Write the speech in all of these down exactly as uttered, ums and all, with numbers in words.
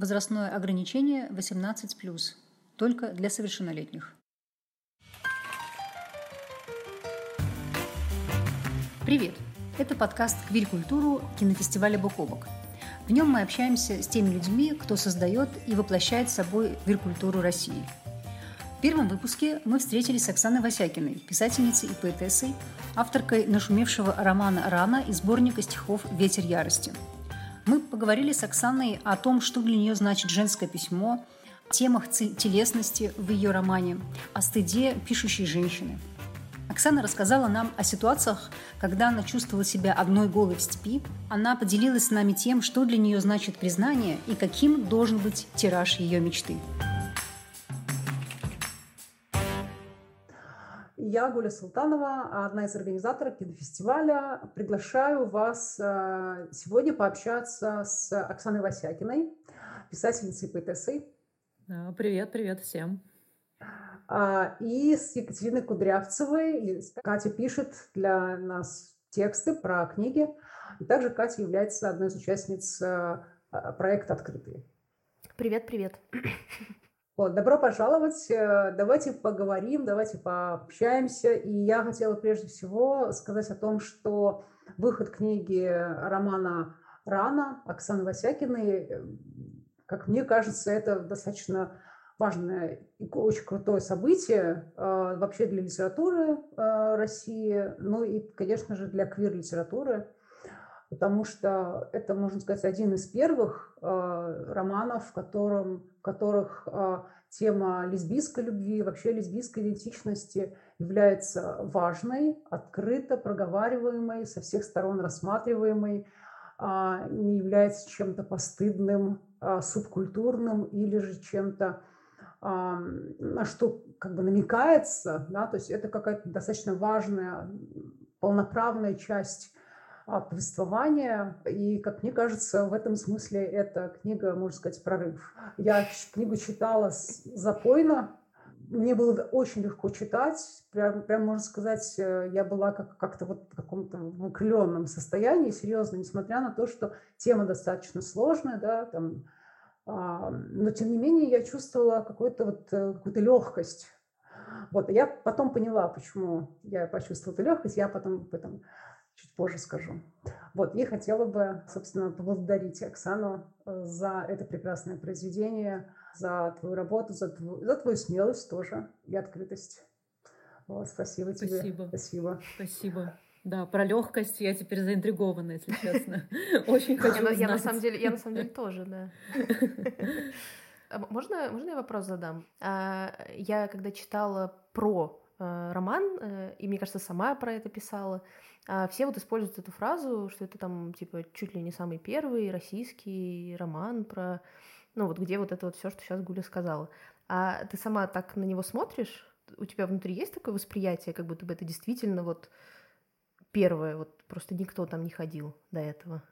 Возрастное ограничение восемнадцать плюс, только для совершеннолетних. Привет! Это подкаст «Квир-культуру» кинофестиваля «Бок о бок». В нем мы общаемся с теми людьми, кто создает и воплощает собой квир-культуру России. В первом выпуске мы встретились с Оксаной Васякиной, писательницей и поэтессой, авторкой нашумевшего романа «Рана» и сборника стихов «Ветер ярости». Мы поговорили с Оксаной о том, что для нее значит женское письмо, о темах телесности в ее романе, о стыде пишущей женщины. Оксана рассказала нам о ситуациях, когда она чувствовала себя одной голой в степи. Она поделилась с нами тем, что для нее значит признание и каким должен быть тираж ее мечты. Я Гуля Султанова, одна из организаторов кинофестиваля. Приглашаю вас сегодня пообщаться с Оксаной Васякиной, писательницей и поэтессой. Привет, привет всем. И с Екатериной Кудрявцевой. Катя пишет для нас тексты про книги. И также Катя является одной из участниц проекта «Открытые». Привет, привет. Вот, добро пожаловать, давайте поговорим, давайте пообщаемся. И я хотела прежде всего сказать о том, что выход книги романа «Рана» Оксаны Васякиной, как мне кажется, это достаточно важное и очень крутое событие вообще для литературы России, ну и, конечно же, для квир-литературы, потому что это, можно сказать, один из первых романов, в котором в которых э, тема лесбийской любви, вообще лесбийской идентичности является важной, открыто проговариваемой, со всех сторон рассматриваемой, э, не является чем-то постыдным, э, субкультурным или же чем-то, э, на что как бы намекается, да, то есть это какая-то достаточно важная, полноправная часть повествования, и, как мне кажется, в этом смысле эта книга, можно сказать, прорыв. Я книгу читала запойно, мне было очень легко читать, прям, прям можно сказать, я была как, как-то вот в каком-то выкленном состоянии, серьезно, несмотря на то, что тема достаточно сложная, да, там, а, но тем не менее я чувствовала какую-то вот, какую-то легкость. Вот, и я потом поняла, почему я почувствовала эту легкость, я потом об этом чуть позже скажу. Вот, и хотела бы, собственно, поблагодарить Оксану за это прекрасное произведение, за твою работу, за твою, за твою смелость тоже и открытость. Вот, спасибо тебе. Спасибо. Спасибо. Спасибо. Да, про легкость я теперь заинтригована, если честно. Очень хочу узнать. Я на самом деле, я на самом деле тоже, да. Можно, можно я вопрос задам? Я когда читала про роман, и, мне кажется, сама про это писала, все вот используют эту фразу, что это там, типа, чуть ли не самый первый российский роман про, ну, вот где вот это вот все, что сейчас Гуля сказала. А ты сама так на него смотришь? У тебя внутри есть такое восприятие, как будто бы это действительно вот первое, вот просто никто там не ходил до этого?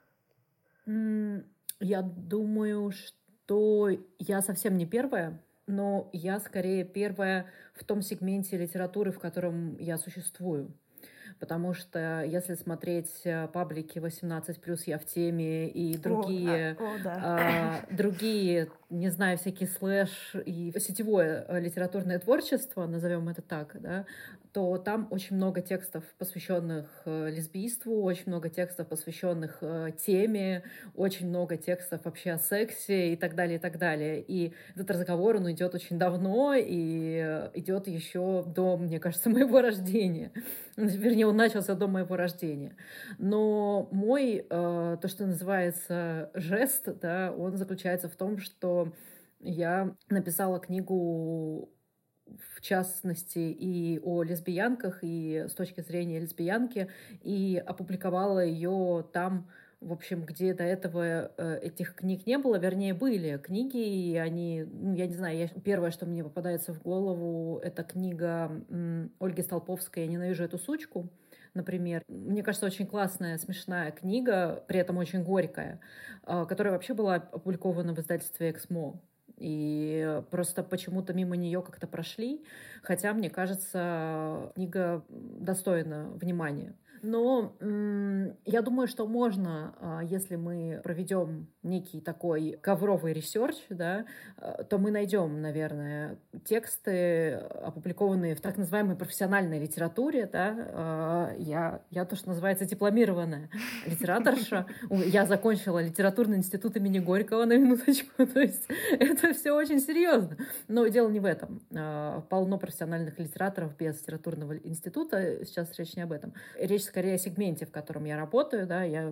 Я думаю, что я совсем не первая, но я скорее первая в том сегменте литературы, в котором я существую. Потому что если смотреть паблики восемнадцать плюс, я в теме, и другие, о, о, да. а, другие, не знаю, всякие слэш и сетевое литературное творчество, назовем это так, да, то там очень много текстов, посвященных лесбийству, очень много текстов, посвященных теме, очень много текстов вообще о сексе и так далее, и так далее. И этот разговор, он идет очень давно и идет еще до, мне кажется, моего рождения. Вернее, он начался до моего рождения. Но мой, то, что называется, жест, да, он заключается в том, что я написала книгу, в частности, и о лесбиянках, и с точки зрения лесбиянки, и опубликовала ее там, в общем, где до этого этих книг не было, вернее, были книги, и они, ну, я не знаю, я, первое, что мне попадается в голову, это книга м, Ольги Столповской «Я ненавижу эту сучку», например. Мне кажется, очень классная, смешная книга, при этом очень горькая, которая вообще была опубликована в издательстве «Эксмо». И просто почему-то мимо нее как-то прошли, хотя, мне кажется, книга достойна внимания. Но м, я думаю, что можно, если мы проведем некий такой ковровый ресерч, да, то мы найдем, наверное, тексты, опубликованные в так называемой профессиональной литературе. Да. Я, я то, что называется, дипломированная литераторша. Я закончила литературный институт имени Горького, на минуточку. То есть это все очень серьезно. Но дело не в этом. Полно профессиональных литераторов без литературного института. Сейчас речь не об этом. Речь скорее о сегменте, в котором я работаю. Да, я...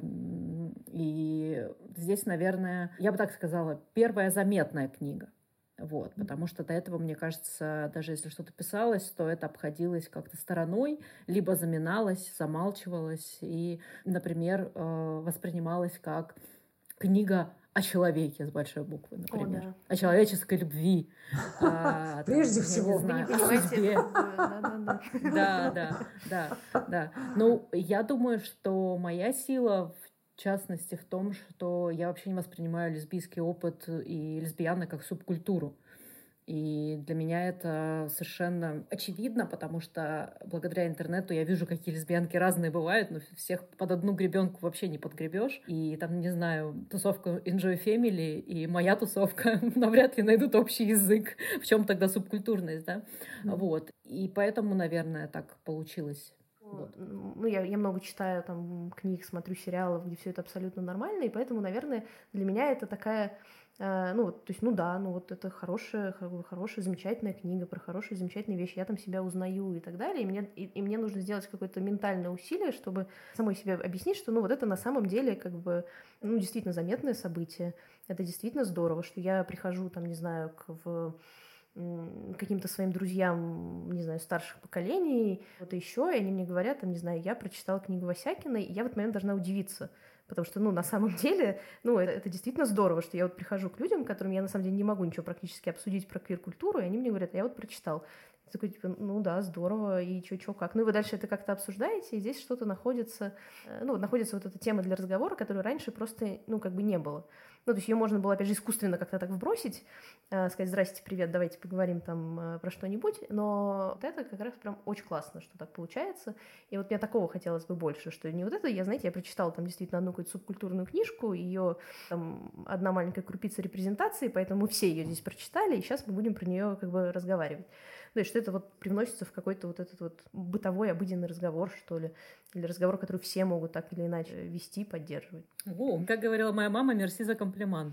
И здесь, наверное, я бы так сказала, первая заметная книга. Вот, потому что до этого, мне кажется, даже если что-то писалось, то это обходилось как-то стороной, либо заминалось, замалчивалось и, например, воспринималось как книга о человеке с большой буквы, например. О, да. О человеческой любви. Прежде всего. О судьбе. Да, да, да, да. Ну, я думаю, что моя сила в В частности, в том, что я вообще не воспринимаю лесбийский опыт и лесбиянок как субкультуру. И для меня это совершенно очевидно, потому что благодаря интернету я вижу, какие лесбиянки разные бывают, но всех под одну гребенку вообще не подгребешь. И там, не знаю, тусовка Enjoy Family и моя тусовка навряд ли найдут общий язык. В чем тогда субкультурность, да? Mm-hmm. Вот. И поэтому, наверное, так получилось. Вот. Ну, я, я много читаю там книг, смотрю сериалов, где все это абсолютно нормально, и поэтому, наверное, для меня это такая, э, ну, вот, то есть, ну да, ну вот это хорошая, хорошая, замечательная книга про хорошие, замечательные вещи, я там себя узнаю и так далее, и мне, и, и мне нужно сделать какое-то ментальное усилие, чтобы самой себе объяснить, что, ну, вот это на самом деле, как бы, ну, действительно заметное событие, это действительно здорово, что я прихожу, там, не знаю, к, в... каким-то своим друзьям, не знаю, старших поколений, вот еще, и они мне говорят, там, не знаю, я прочитала книгу Васякиной, и я в этот момент должна удивиться, потому что, ну, на самом деле, ну, это, это действительно здорово, что я вот прихожу к людям, которым я, на самом деле, не могу ничего практически обсудить про квир-культуру, и они мне говорят, я вот прочитал. Я такой, типа, ну да, здорово, и чё, чё, как. Ну и вы дальше это как-то обсуждаете, и здесь что-то находится, ну, находится вот эта тема для разговора, которой раньше просто, ну, как бы не было. Ну, то есть ее можно было, опять же, искусственно как-то так вбросить, э, сказать, здрасте, привет, давайте поговорим там э, про что-нибудь, но вот это как раз прям очень классно, что так получается, и вот мне такого хотелось бы больше, что не вот это, я, знаете, я прочитала там действительно одну какую-то субкультурную книжку, ее там одна маленькая крупица репрезентации, поэтому мы все ее здесь прочитали, и сейчас мы будем про нее как бы разговаривать. То есть что это вот привносится в какой-то вот этот вот бытовой, обыденный разговор, что ли, или разговор, который все могут так или иначе вести, поддерживать. О, как говорила моя мама, мерси за комплимент.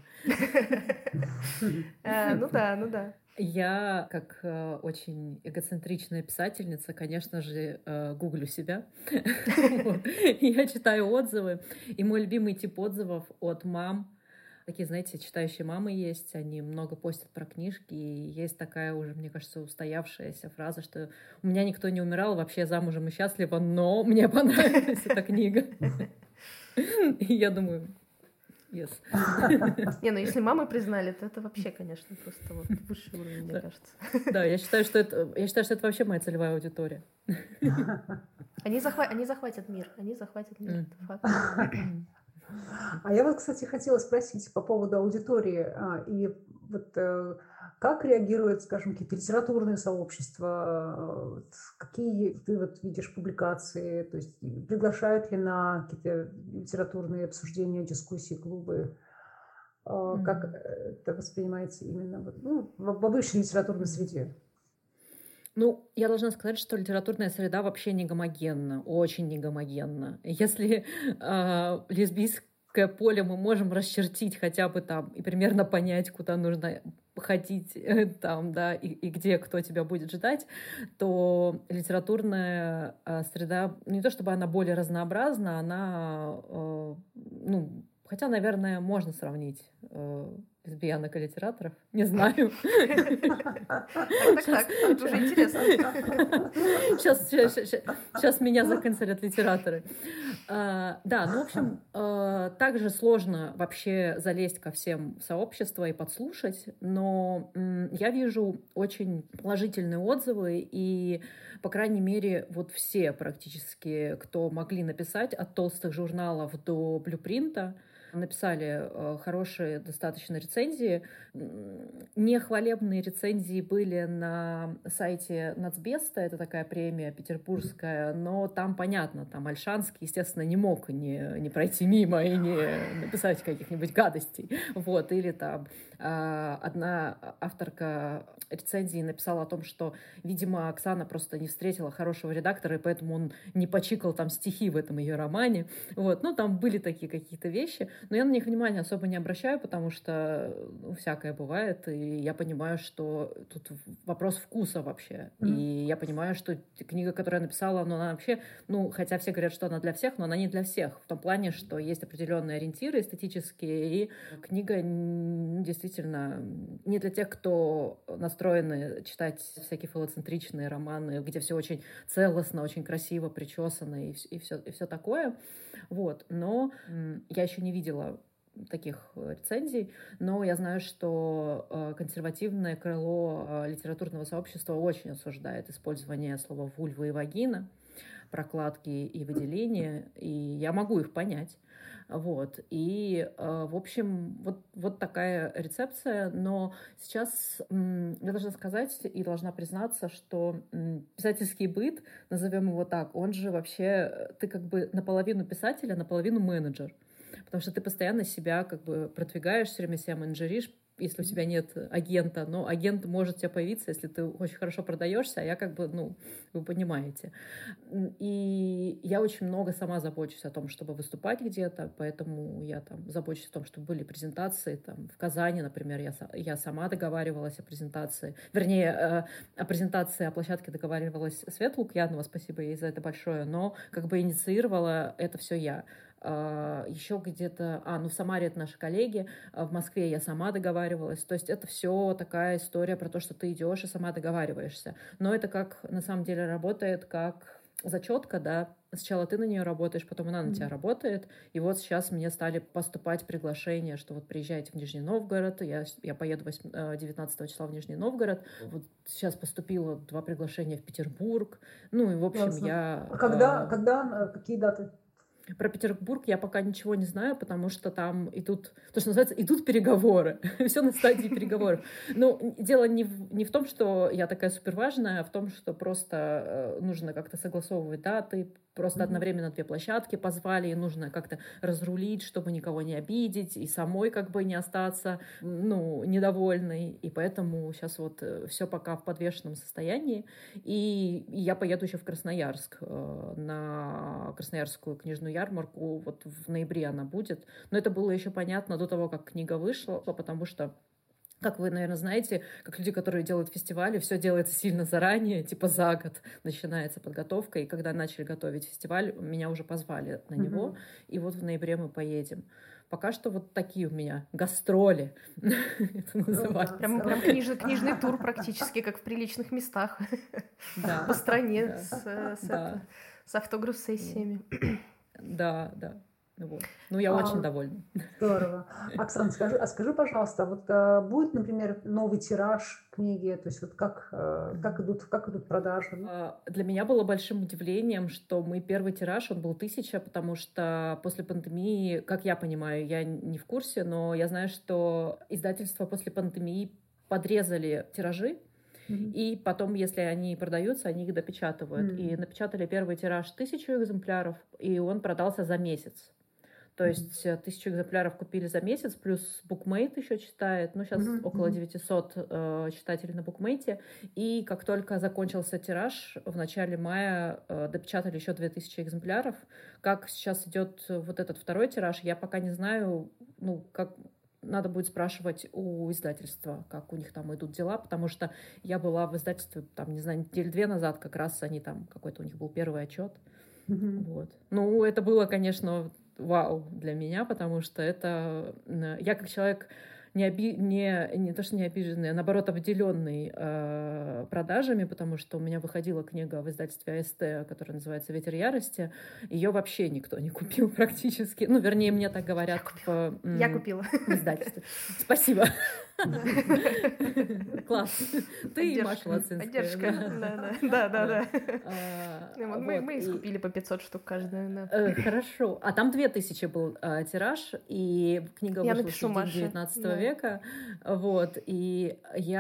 Ну да, ну да. Я, как э, очень эгоцентричная писательница, конечно же, э, гуглю себя. Я читаю отзывы. И мой любимый тип отзывов от мам. Такие, знаете, читающие мамы есть, они много постят про книжки, и есть такая уже, мне кажется, устоявшаяся фраза, что у меня никто не умирал, вообще я замужем и счастлива, но мне понравилась эта книга. И я думаю, yes. Не, ну если мамы признали, то это вообще, конечно, просто вот высший уровень, мне кажется. Да, я считаю, что это, я считаю, что это вообще моя целевая аудитория. Они, захва- они захватят мир, они захватят мир, mm. это факт. А я вот, кстати, хотела спросить по поводу аудитории. И вот как реагируют, скажем, какие-то литературные сообщества? Какие ты вот видишь публикации? То есть приглашают ли на какие-то литературные обсуждения, дискуссии, клубы? Как mm-hmm. это воспринимается именно ну, в обычной литературной среде? Ну, я должна сказать, что литературная среда вообще не гомогенна, очень не гомогенна. Если э, лесбийское поле мы можем расчертить хотя бы там и примерно понять, куда нужно ходить э, там, да, и, и где кто тебя будет ждать, то литературная э, среда, не то чтобы она более разнообразна, она, э, ну, хотя, наверное, можно сравнить э, лесбиянок и литераторов. Не знаю. Так, так, так. Это уже интересно. Сейчас, сейчас, сейчас меня заканцелят литераторы. А, да, ну, в общем, а, также сложно вообще залезть ко всем в сообщества и подслушать, но м, я вижу очень положительные отзывы, и, по крайней мере, вот все практически, кто могли написать, от толстых журналов до блюпринта, написали хорошие достаточно рецензии. Нехвалебные рецензии были на сайте Нацбеста, это такая премия петербургская, но там понятно, там Ольшанский, естественно, не мог не, не пройти мимо и не написать каких-нибудь гадостей. Вот. Или там одна авторка рецензии написала о том, что, видимо, Оксана просто не встретила хорошего редактора, и поэтому он не почикал там стихи в этом ее романе. Вот. Ну, там были такие какие-то вещи, но я на них внимания особо не обращаю, потому что ну, всякое бывает, и я понимаю, что тут вопрос вкуса вообще. Mm-hmm. И я понимаю, что книга, которую я написала, она вообще, ну, хотя все говорят, что она для всех, но она не для всех. В том плане, что есть определенные ориентиры эстетические, и книга действительно не для тех, кто настроены читать всякие фалоцентричные романы, где все очень целостно, очень красиво причесано и, и, все, и все такое. Вот. Но я еще не видела таких рецензий, но я знаю, что консервативное крыло литературного сообщества очень осуждает использование слова «вульва» и «вагина», прокладки и выделения, и я могу их понять. Вот. И, в общем, вот, вот такая рецепция. Но сейчас я должна сказать и должна признаться, что писательский быт, назовем его так, он же вообще, ты как бы наполовину писатель, а наполовину менеджер. Потому что ты постоянно себя как бы продвигаешь, все время себя менеджеришь, если у тебя нет агента, но агент может у тебя появиться, если ты очень хорошо продаешься, а я как бы, ну, вы понимаете. И я очень много сама забочусь о том, чтобы выступать где-то, поэтому я там забочусь о том, чтобы были презентации, там, в Казани, например, я, я сама договаривалась о презентации, вернее, о презентации, о площадке договаривалась Света Лукьянова, спасибо ей за это большое, но как бы инициировала это все я. Еще где-то, а, ну в Самаре это наши коллеги, в Москве я сама договаривалась, то есть это все такая история про то, что ты идешь и сама договариваешься, но это как на самом деле работает как зачетка, да, сначала ты на нее работаешь, потом она на mm-hmm. тебя работает, и вот сейчас мне стали поступать приглашения, что вот приезжайте в Нижний Новгород, я, я поеду девятнадцатого числа в Нижний Новгород, вот сейчас поступило два приглашения в Петербург, ну и в общем Классно. я... А когда, э, когда, какие даты? Про Петербург я пока ничего не знаю, потому что там идут, то, что называется, идут переговоры. Все на стадии переговоров. Но дело не в, не в том, что я такая суперважная, а в том, что просто нужно как-то согласовывать даты, просто mm-hmm. одновременно две площадки позвали, и нужно как-то разрулить, чтобы никого не обидеть, и самой как бы не остаться, ну, недовольной. И поэтому сейчас вот все пока в подвешенном состоянии. И я поеду еще в Красноярск, на Красноярскую книжную ярмарку. Вот в ноябре она будет. Но это было еще понятно до того, как книга вышла, потому что, как вы, наверное, знаете, как люди, которые делают фестивали, все делается сильно заранее, типа за год начинается подготовка, и когда начали готовить фестиваль, меня уже позвали на него, mm-hmm. и вот в ноябре мы поедем. Пока что вот такие у меня гастроли. Это называется. Прям, прям книжный, книжный тур практически, как в приличных местах по стране с автограф-сессиями. Да, да. Вот. Ну, я а, очень довольна. Здорово. Оксана, скажи, а скажи, пожалуйста, вот а, будет, например, новый тираж книги, то есть вот как, а, как, идут, как идут продажи? А, для меня было большим удивлением, что мой первый тираж, он был тысяча, потому что после пандемии, как я понимаю, я не в курсе, но я знаю, что издательства после пандемии подрезали тиражи, Mm-hmm. и потом, если они продаются, они их допечатывают. Mm-hmm. И напечатали первый тираж тысячу экземпляров, и он продался за месяц. То mm-hmm. есть тысячу экземпляров купили за месяц, плюс букмейт еще читает. Ну, сейчас mm-hmm. около девятисот э, читателей на букмейте. И как только закончился тираж, в начале мая э, допечатали еще две тысячи экземпляров. Как сейчас идет вот этот второй тираж, я пока не знаю, ну, как... Надо будет спрашивать у издательства, как у них там идут дела, потому что я была в издательстве, там, не знаю, недели две назад, как раз они там, какой-то у них был первый отчет. Mm-hmm. Вот. Ну, это было, конечно, вау для меня, потому что это... Я как человек не, оби... не, не то, что не обиженный, а наоборот обделенный э, продажами, потому что у меня выходила книга в издательстве АСТ, которая называется «Ветер ярости». Ее вообще никто не купил практически. Ну, вернее, мне так говорят. Я купила. В, м- Я купила. В издательстве. Спасибо. Класс. Ты и Маша Лацинская. Поддержка. Да, да, да. Мы скупили по пятьсот штук каждая. Хорошо. А там две тысячи был тираж, и книга вышла в середине девятнадцатого века. Вот. И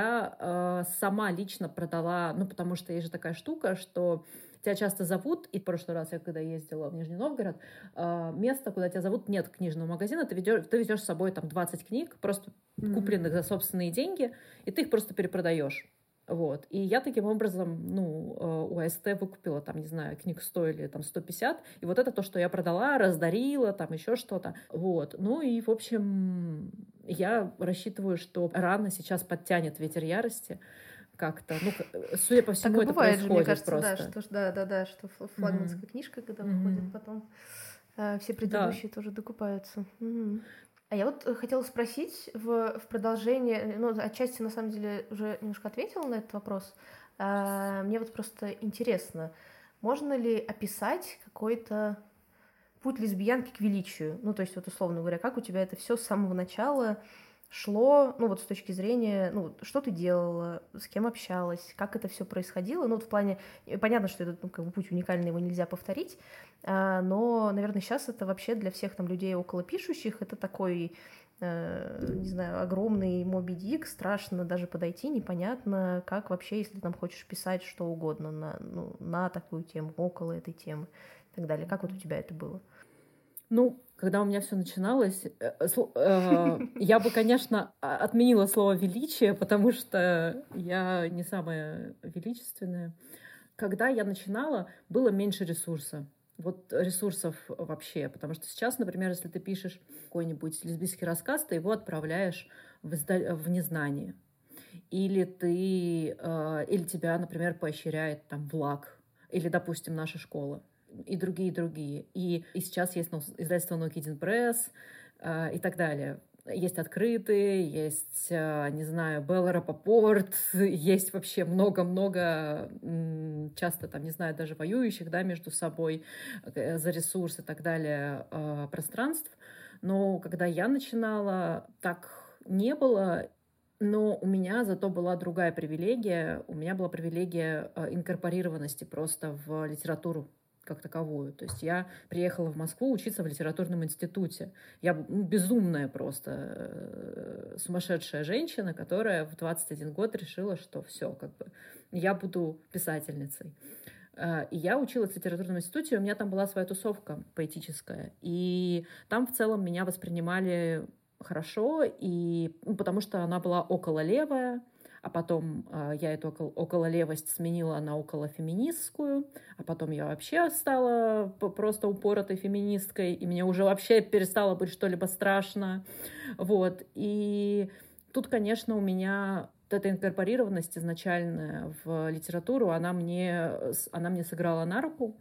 я сама лично продала, ну, потому что есть же такая штука, что тебя часто зовут, и в прошлый раз я когда ездила в Нижний Новгород, место, куда тебя зовут, нет книжного магазина, ты ведешь, ты везешь с собой там двадцать книг, просто mm-hmm. купленных за собственные деньги, и ты их просто перепродаешь. Вот. И я таким образом, ну, у АСТ выкупила, там, не знаю, книг сто или там сто пятьдесят, и вот это то, что я продала, раздарила, там еще что-то. Вот. Ну и, в общем, я рассчитываю, что рано сейчас подтянет «Ветер ярости», как-то, ну, судя по всему, так это бывает происходит же, мне кажется, просто. Да, что, да, да, да, что флагманская mm-hmm. книжка, когда mm-hmm. выходит, потом э, все предыдущие да. тоже докупаются. Mm-hmm. А я вот хотела спросить в, в продолжение, ну, отчасти, на самом деле, уже немножко ответила на этот вопрос. А, мне вот просто интересно, можно ли описать какой-то путь лесбиянки к величию? Ну, то есть, вот, условно говоря, как у тебя это все с самого начала шло, ну вот с точки зрения, ну что ты делала, с кем общалась, как это все происходило, ну вот в плане, понятно, что этот ну, как бы путь уникальный, его нельзя повторить, а, но, наверное, сейчас это вообще для всех там людей около пишущих, это такой, э, не знаю, огромный Моби Дик, страшно даже подойти, непонятно, как вообще, если ты там хочешь писать что угодно на, ну, на такую тему, около этой темы и так далее. Как вот у тебя это было? Ну, когда у меня все начиналось, э, э, я бы, конечно, отменила слово «величие», потому что я не самая величественная. Когда я начинала, было меньше ресурса. Вот ресурсов вообще. Потому что сейчас, например, если ты пишешь какой-нибудь лесбийский рассказ, ты его отправляешь в, изда... в незнание. Или, ты, э, или тебя, например, поощряет там ВЛАГ. Или, допустим, наша школа. И другие, и другие. И, и сейчас есть ну, издательство No Kidding Press э, и так далее. Есть открытые, есть, э, не знаю, Белла Рапопорт, есть вообще много-много, м, часто там, не знаю, даже воюющих, да, между собой э, за ресурс и так далее э, пространств. Но когда я начинала, так не было. Но у меня зато была другая привилегия. У меня была привилегия э, инкорпорированности просто в литературу как таковую. То есть я приехала в Москву учиться в литературном институте. Я ну, безумная просто э, сумасшедшая женщина, которая в двадцать один год решила, что все, как бы я буду писательницей. Э, и я училась в литературном институте, у меня там была своя тусовка поэтическая. И там в целом меня воспринимали хорошо, и, ну, потому что она была окололевая, а потом э, я эту около, окололевость сменила на околофеминистскую, а потом я вообще стала просто упоротой феминисткой, и мне уже вообще перестало быть что-либо страшно. Вот. И тут, конечно, у меня вот эта инкорпорированность изначальная в литературу, она мне, она мне сыграла на руку.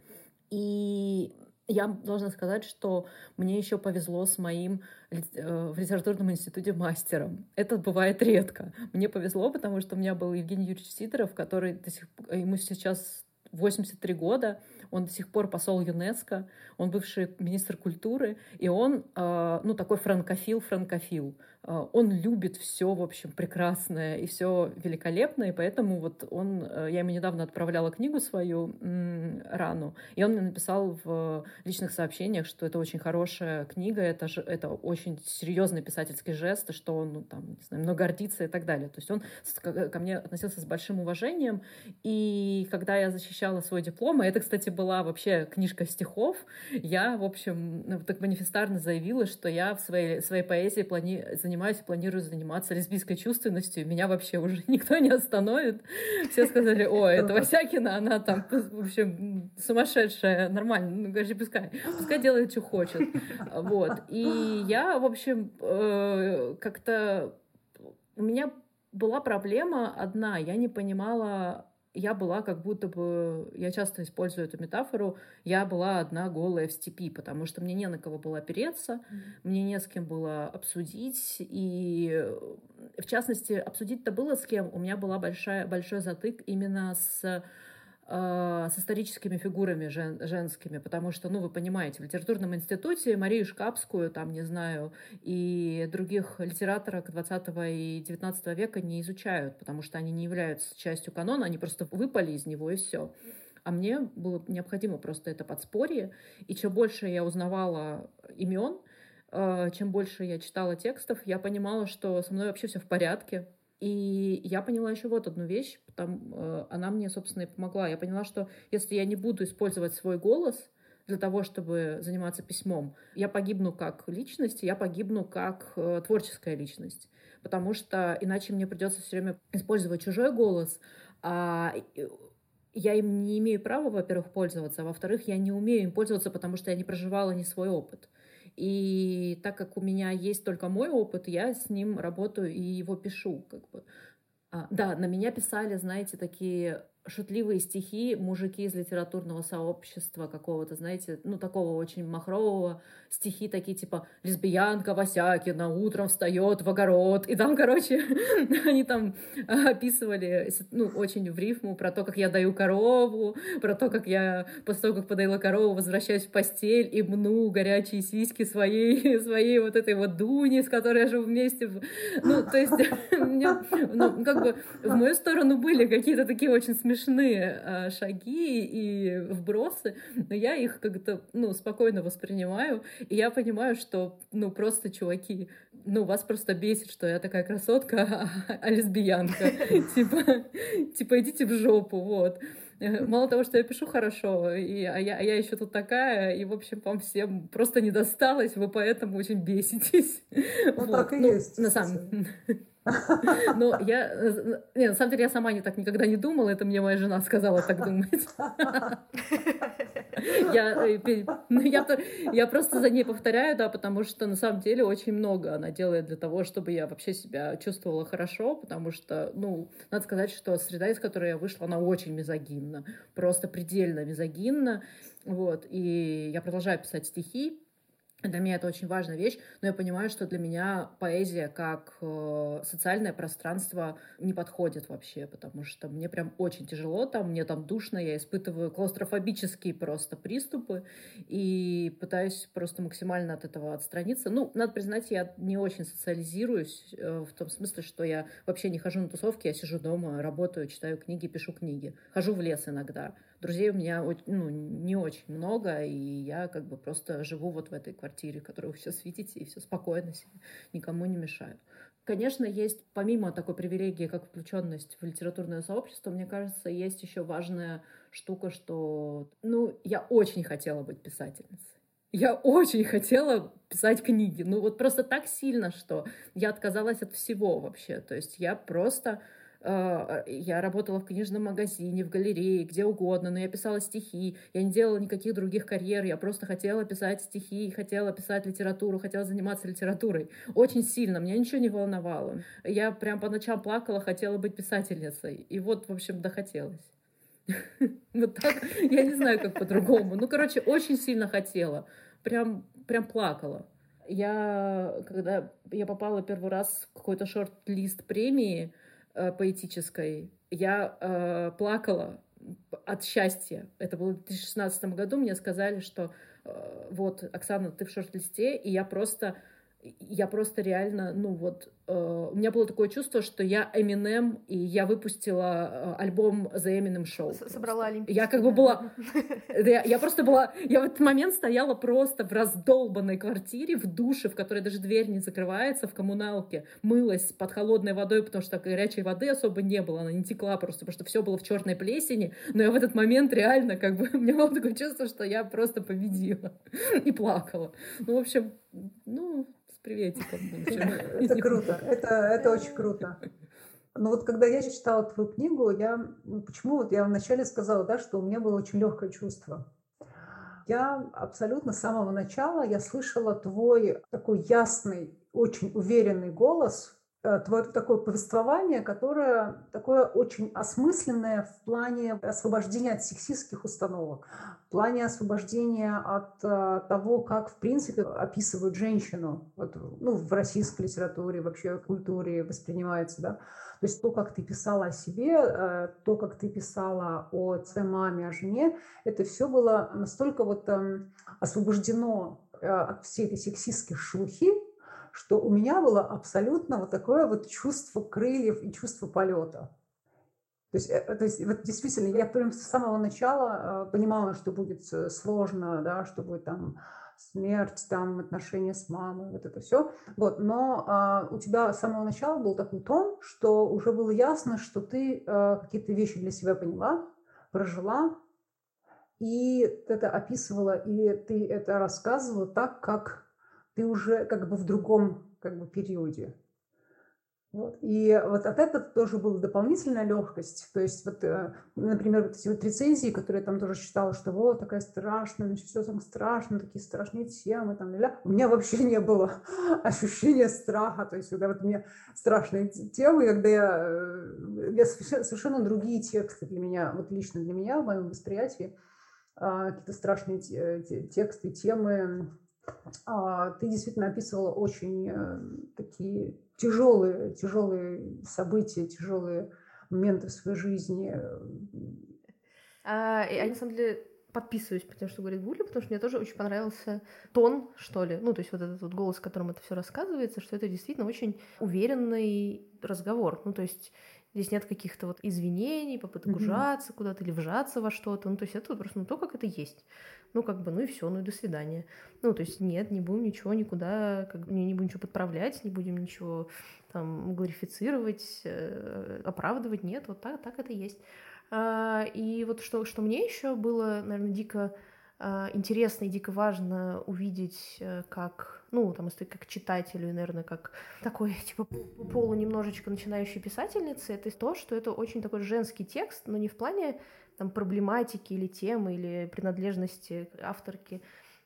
И я должна сказать, что мне еще повезло с моим в литературном институте мастером. Это бывает редко. Мне повезло, потому что у меня был Евгений Юрьевич Сидоров, который до сих пор, ему сейчас восемьдесят три года, он до сих пор посол ЮНЕСКО, он бывший министр культуры, и он, ну, такой франкофил, франкофил. Он любит все, в общем, прекрасное и все великолепное, и поэтому вот он, я ему недавно отправляла книгу свою «Рану», и он мне написал в личных сообщениях, что это очень хорошая книга, это, же, это очень серьезный писательский жест, и что он, ну, там, не знаю, много гордится и так далее. То есть он ко мне относился с большим уважением, и когда я защищала свой диплом, и это, кстати, была вообще книжка стихов, я, в общем, так манифестарно заявила, что я в своей, своей поэзии плани... занимаюсь и планирую заниматься лесбийской чувственностью, меня вообще уже никто не остановит. Все сказали: о, это Васякина, она там, в общем, сумасшедшая, нормально, ну, говори, пускай, пускай делает, что хочет. Вот. И я, в общем, как-то... У меня была проблема одна, я не понимала, я была как будто бы, я часто использую эту метафору, я была одна голая в степи, потому что мне не на кого было опереться, mm-hmm. мне не с кем было обсудить, и в частности, обсудить-то было с кем, у меня была большая, большой затык именно с... с историческими фигурами жен, женскими, потому что, ну, вы понимаете, в литературном институте Марию Шкапскую, там, не знаю, и других литераторок двадцатого и девятнадцатого века не изучают, потому что они не являются частью канона, они просто выпали из него, и все. А мне было необходимо просто это подспорье, и чем больше я узнавала имен, чем больше я читала текстов, я понимала, что со мной вообще все в порядке. И я поняла еще вот одну вещь, там, э, она мне, собственно, и помогла. Я поняла, что если я не буду использовать свой голос для того, чтобы заниматься письмом, я погибну как личность, я погибну как э, творческая личность. Потому что иначе мне придется все время использовать чужой голос, а я им не имею права, во-первых, пользоваться, а во-вторых, я не умею им пользоваться, потому что я не проживала ни свой опыт. И так как у меня есть только мой опыт, я с ним работаю и его пишу, как бы. А, да, на меня писали, знаете, такие шутливые стихи мужики из литературного сообщества какого-то, знаете, ну, такого очень махрового, стихи такие типа «Лесбиянка Васякина утром встает в огород». И там, короче, они там описывали, ну, очень в рифму про то, как я даю корову, про то, как я после того, как подоила корову, возвращаюсь в постель и мну горячие сиськи своей, своей вот этой вот Дуни, с которой я живу вместе. Ну, то есть, ну, как бы в мою сторону были какие-то такие очень смешные смешные э, шаги и вбросы, но я их как-то, ну, спокойно воспринимаю, и я понимаю, что, ну, просто, чуваки, ну, вас просто бесит, что я такая красотка, а, а лесбиянка. Типа, типа, идите в жопу, вот. Мало того, что я пишу хорошо, и, а, я, а я еще тут такая, и, в общем, вам всем просто не досталось, вы поэтому очень беситесь. Ну, вот. Так и ну, есть. На самом... Но я... Не, на самом деле, я сама не так никогда не думала, это мне моя жена сказала так думать. Я, я, я просто за ней повторяю, да, потому что на самом деле очень много она делает для того, чтобы я вообще себя чувствовала хорошо, потому что, ну, надо сказать, что среда, из которой я вышла, она очень мизогинна, просто предельно мизогинна, вот, и я продолжаю писать стихи. Для меня это очень важная вещь, но я понимаю, что для меня поэзия как э, социальное пространство не подходит вообще, потому что мне прям очень тяжело там, мне там душно, я испытываю клаустрофобические просто приступы и пытаюсь просто максимально от этого отстраниться. Ну, надо признать, я не очень социализируюсь э, в том смысле, что я вообще не хожу на тусовки, я сижу дома, работаю, читаю книги, пишу книги, хожу в лес иногда. Друзей у меня, ну, не очень много, и я как бы просто живу вот в этой квартире, которую вы сейчас видите, и все спокойно себе, никому не мешаю. Конечно, есть, помимо такой привилегии, как включенность в литературное сообщество, мне кажется, есть еще важная штука, что, ну, я очень хотела быть писательницей. Я очень хотела писать книги. Ну, вот просто так сильно, что я отказалась от всего вообще. То есть я просто... Я работала в книжном магазине, в галерее, где угодно, но я писала стихи, я не делала никаких других карьер, я просто хотела писать стихи, хотела писать литературу, хотела заниматься литературой. Очень сильно, меня ничего не волновало. Я прям по ночам плакала, хотела быть писательницей. И вот, в общем, дохотелось. Вот так, я не знаю, как по-другому. Ну, короче, очень сильно хотела. Прям, прям плакала. Я, когда я попала первый раз в какой-то шорт-лист премии, поэтической, я э, плакала от счастья. Это было в две тысячи шестнадцатом году. Мне сказали, что э, вот, Оксана, ты в шорт-листе, и я просто, я просто реально, ну вот, э, у меня было такое чувство, что я Eminem, и я выпустила э, альбом The Eminem Show. Собрала олимпийский. Я как бы была... Я, я просто была... Я в этот момент стояла просто в раздолбанной квартире, в душе, в которой даже дверь не закрывается, в коммуналке, мылась под холодной водой, потому что горячей воды особо не было, она не текла просто, потому что все было в черной плесени, но я в этот момент реально как бы... У меня было такое чувство, что я просто победила и плакала. Ну, в общем, ну... Приветиком. Это круто, это, это очень круто. Но вот когда я читала твою книгу, я, почему вот я вначале сказала, да, что у меня было очень легкое чувство. Я абсолютно с самого начала, я слышала твой такой ясный, очень уверенный голос, твое такое повествование, которое такое очень осмысленное в плане освобождения от сексистских установок, в плане освобождения от того, как, в принципе, описывают женщину вот, ну, в российской литературе, вообще в культуре воспринимается, да. То есть то, как ты писала о себе, то, как ты писала о своей маме, о жене, это все было настолько вот освобождено от всей этой сексистской шелухи, что у меня было абсолютно вот такое вот чувство крыльев и чувство полета. То есть, то есть вот действительно, я прям с самого начала понимала, что будет сложно, да, что будет там смерть, там отношения с мамой, вот это все. Вот, но а, у тебя с самого начала был такой тон, что уже было ясно, что ты а, какие-то вещи для себя поняла, прожила, и это описывала, и ты это рассказывала так, как ты уже как бы в другом как бы периоде. Вот. И вот от этого тоже была дополнительная легкость. То есть, вот, например, вот эти вот рецензии, которые я там тоже читала, что вот такая страшная, значит, все там страшно, такие страшные темы. Там, ля-ля. У меня вообще не было ощущения страха. То есть, когда вот мне страшные темы, когда я, я совершенно другие тексты для меня, вот лично для меня, в моем восприятии, какие-то страшные тексты, темы, ты действительно описывала очень такие тяжелые, тяжелые события, тяжелые моменты в своей жизни. А, я, на самом деле, подписываюсь по тем, что говорит Гуля, потому что мне тоже очень понравился тон, что ли, ну, то есть вот этот вот голос, которым это все рассказывается, что это действительно очень уверенный разговор, ну, то есть здесь нет каких-то вот извинений, попыток mm-hmm. ужаться куда-то или вжаться во что-то, ну, то есть это вот просто ну, то, как это есть. Ну, как бы, ну и все, ну и до свидания. Ну, то есть нет, не будем ничего никуда, как, не, не будем ничего подправлять, не будем ничего там глорифицировать, э, оправдывать, нет, вот так, так это есть. А, и вот что, что мне еще было, наверное, дико а, интересно и дико важно увидеть, как, ну, там, если как читателю, наверное, как такой, типа, полу немножечко начинающей писательницы, это то, что это очень такой женский текст, но не в плане там проблематики или темы, или принадлежности авторки,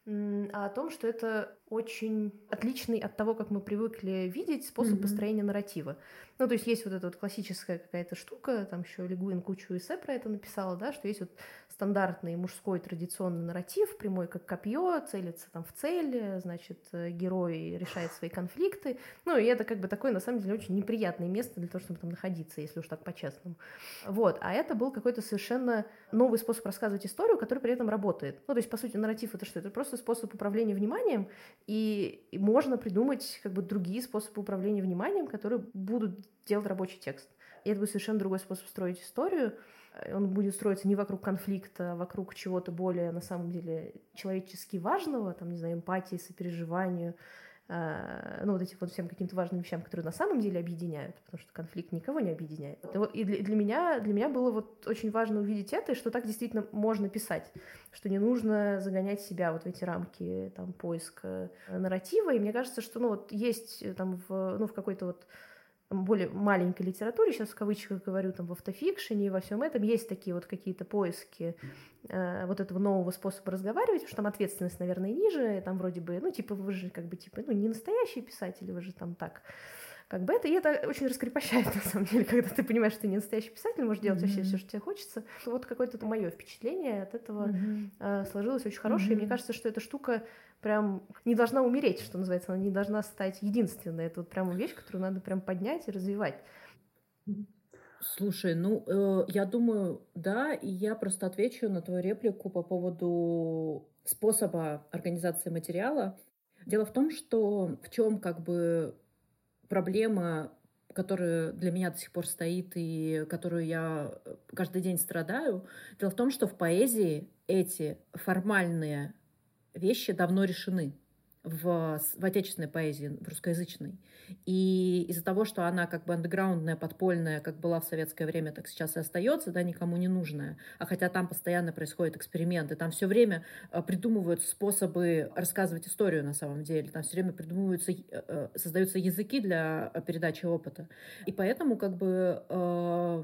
а о том, что это очень отличный от того, как мы привыкли видеть, способ mm-hmm. построения нарратива. Ну, то есть есть вот эта вот классическая какая-то штука, там еще Ли Гуин кучу эссе про это написала, да, что есть вот стандартный мужской традиционный нарратив, прямой как копье, целится там в цель, значит, герой решает свои конфликты. Ну, и это как бы такое, на самом деле, очень неприятное место для того, чтобы там находиться, если уж так по-честному. Вот. А это был какой-то совершенно новый способ рассказывать историю, который при этом работает. Ну, то есть, по сути, нарратив — это что? Это просто способ управления вниманием, и можно придумать как бы другие способы управления вниманием, которые будут делать рабочий текст. И это будет совершенно другой способ строить историю. Он будет строиться не вокруг конфликта, а вокруг чего-то более, на самом деле, человечески важного, там, не знаю, эмпатии, сопереживанию, э, ну, вот этим вот всем каким-то важным вещам, которые на самом деле объединяют, потому что конфликт никого не объединяет. И для, для, меня, для меня было вот очень важно увидеть это, и что так действительно можно писать, что не нужно загонять себя вот в эти рамки там, поиска нарратива. И мне кажется, что ну, вот есть там в, ну, в какой-то вот более маленькой литературе, сейчас в кавычках говорю, там в автофикшене и во всем этом есть такие вот какие-то поиски э, вот этого нового способа разговаривать, потому что там ответственность, наверное, ниже, там вроде бы, ну, типа, вы же как бы, типа, ну, не настоящие писатели, вы же там так, как бы это, и это очень раскрепощает, на самом деле, когда ты понимаешь, что ты не настоящий писатель, можешь делать mm-hmm. вообще все, что тебе хочется. Вот какое-то мое впечатление от этого mm-hmm. э, сложилось очень хорошее, mm-hmm. и мне кажется, что эта штука прям не должна умереть, что называется, она не должна стать единственной. Это вот прям вещь, которую надо прям поднять и развивать. Слушай, ну, э, я думаю, да, и я просто отвечу на твою реплику по поводу способа организации материала. Дело в том, что в чем как бы проблема, которая для меня до сих пор стоит и которую я каждый день страдаю, дело в том, что в поэзии эти формальные вещи давно решены в, в отечественной поэзии, в русскоязычной. И из-за того, что она как бы андеграундная, подпольная, как была в советское время, так сейчас и остается, да, никому не нужная. А хотя там постоянно происходят эксперименты, там все время придумываются способы рассказывать историю на самом деле, там все время придумываются, создаются языки для передачи опыта. И поэтому как бы э,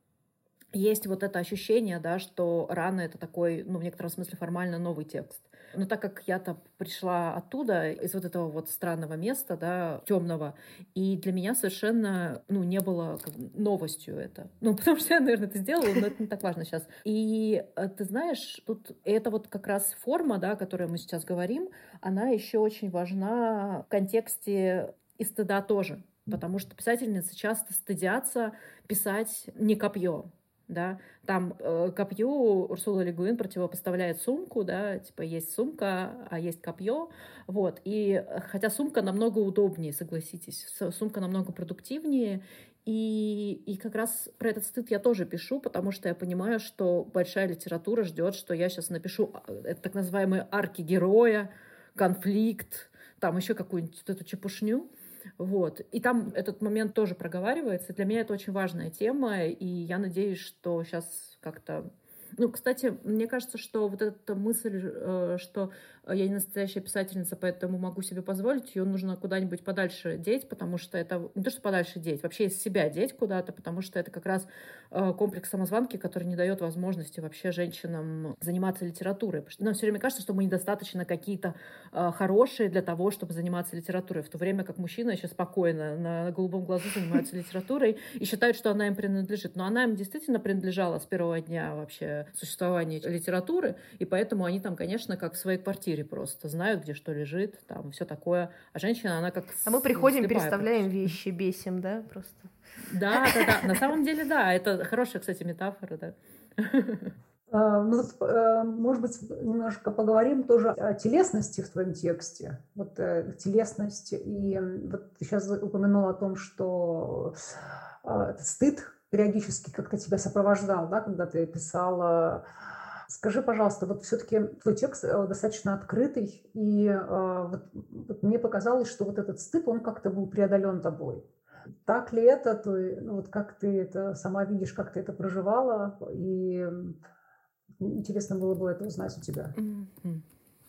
есть вот это ощущение, да, что рано — это такой, ну, в некотором смысле формально новый текст. Но так как я-то пришла оттуда, из вот этого вот странного места, да, темного, и для меня совершенно, ну, не было как бы новостью это. Ну, потому что я, наверное, это сделала, но это не так важно сейчас. И ты знаешь, тут это вот как раз форма, да, о которой мы сейчас говорим, она еще очень важна в контексте и стыда тоже. Потому что писательницы часто стыдятся писать не копье. Да, там э, копью Урсула Ле Гуин противопоставляет сумку, да, типа есть сумка, а есть копье, вот, и хотя сумка намного удобнее, согласитесь, сумка намного продуктивнее, и, и как раз про этот стыд я тоже пишу, потому что я понимаю, что большая литература ждет, что я сейчас напишу это так называемые арки героя, конфликт, там еще какую-нибудь эту чепушню. Вот. И там этот момент тоже проговаривается. Для меня это очень важная тема, и я надеюсь, что сейчас как-то... Ну, кстати, мне кажется, что вот эта мысль, что я не настоящая писательница, поэтому могу себе позволить, ее нужно куда-нибудь подальше деть, потому что это... Не то, что подальше деть, вообще из себя деть куда-то, потому что это как раз комплекс самозванки, который не дает возможности вообще женщинам заниматься литературой. Потому что нам все время кажется, что мы недостаточно какие-то хорошие для того, чтобы заниматься литературой, в то время как мужчины еще спокойно на голубом глазу занимаются литературой и считают, что она им принадлежит. Но она им действительно принадлежала с первого дня вообще существования литературы, и поэтому они там, конечно, как в своей квартире просто знают, где что лежит, там все такое. А женщина, она как А мы приходим, слепая переставляем просто. Вещи, бесим, да, просто? Да, да, да. На самом деле, да. Это хорошая, кстати, метафора, да. Может быть, немножко поговорим тоже о телесности в твоем тексте. Вот телесность. И вот ты сейчас упомянула о том, что стыд периодически как-то тебя сопровождал, да, когда ты писала. Скажи, пожалуйста, вот все-таки твой текст достаточно открытый, и вот, вот мне показалось, что вот этот стыд, он как-то был преодолен тобой. Так ли это? То, ну, вот как ты это сама видишь, как ты это проживала? И интересно было бы это узнать у тебя. Mm-hmm.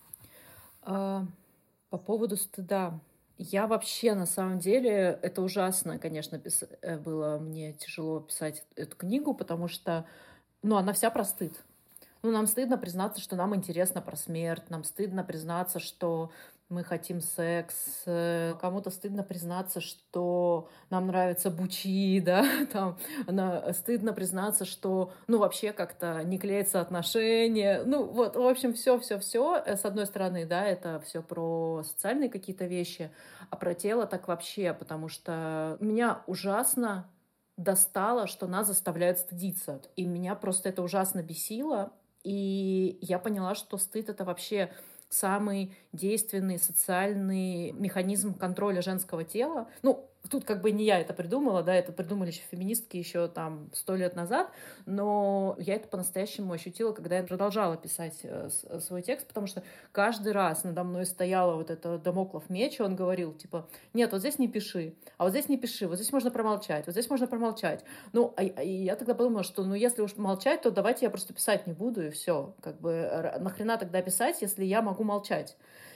А, по поводу стыда. Я вообще, на самом деле, это ужасно, конечно, пис... было мне тяжело писать эту книгу, потому что, ну, она вся про стыд. Ну, нам стыдно признаться, что нам интересно про смерть, нам стыдно признаться, что мы хотим секс, кому-то стыдно признаться, что нам нравится бучи, да, там, стыдно признаться, что, ну, вообще как-то не клеятся отношения, ну, вот, в общем, все-все-все, с одной стороны, да, это все про социальные какие-то вещи, а про тело так вообще, потому что меня ужасно достало, что нас заставляют стыдиться, и меня просто это ужасно бесило, и я поняла, что стыд — это вообще самый действенный социальный механизм контроля женского тела. Ну, тут как бы не я это придумала, да, это придумали еще феминистки еще там сто лет назад, но я это по-настоящему ощутила, когда я продолжала писать свой текст, потому что каждый раз надо мной стояла вот это дамоклов меч, и он говорил, типа, нет, вот здесь не пиши, а вот здесь не пиши, вот здесь можно промолчать, вот здесь можно промолчать. Ну, а, а я тогда подумала, что, ну, если уж молчать, то давайте я просто писать не буду, и все. Как бы нахрена тогда писать, если я могу молчать?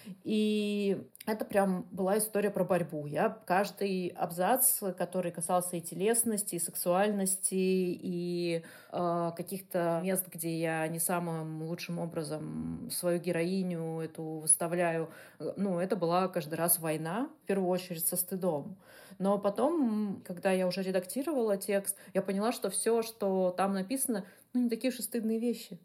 И это прям была история про борьбу. Я каждый абзац, который касался и телесности, и сексуальности, и э, каких-то мест, где я не самым лучшим образом свою героиню эту выставляю, ну, это была каждый раз война, в первую очередь со стыдом. Но потом, когда я уже редактировала текст, я поняла, что все, что там написано, ну, не такие уж и стыдные вещи.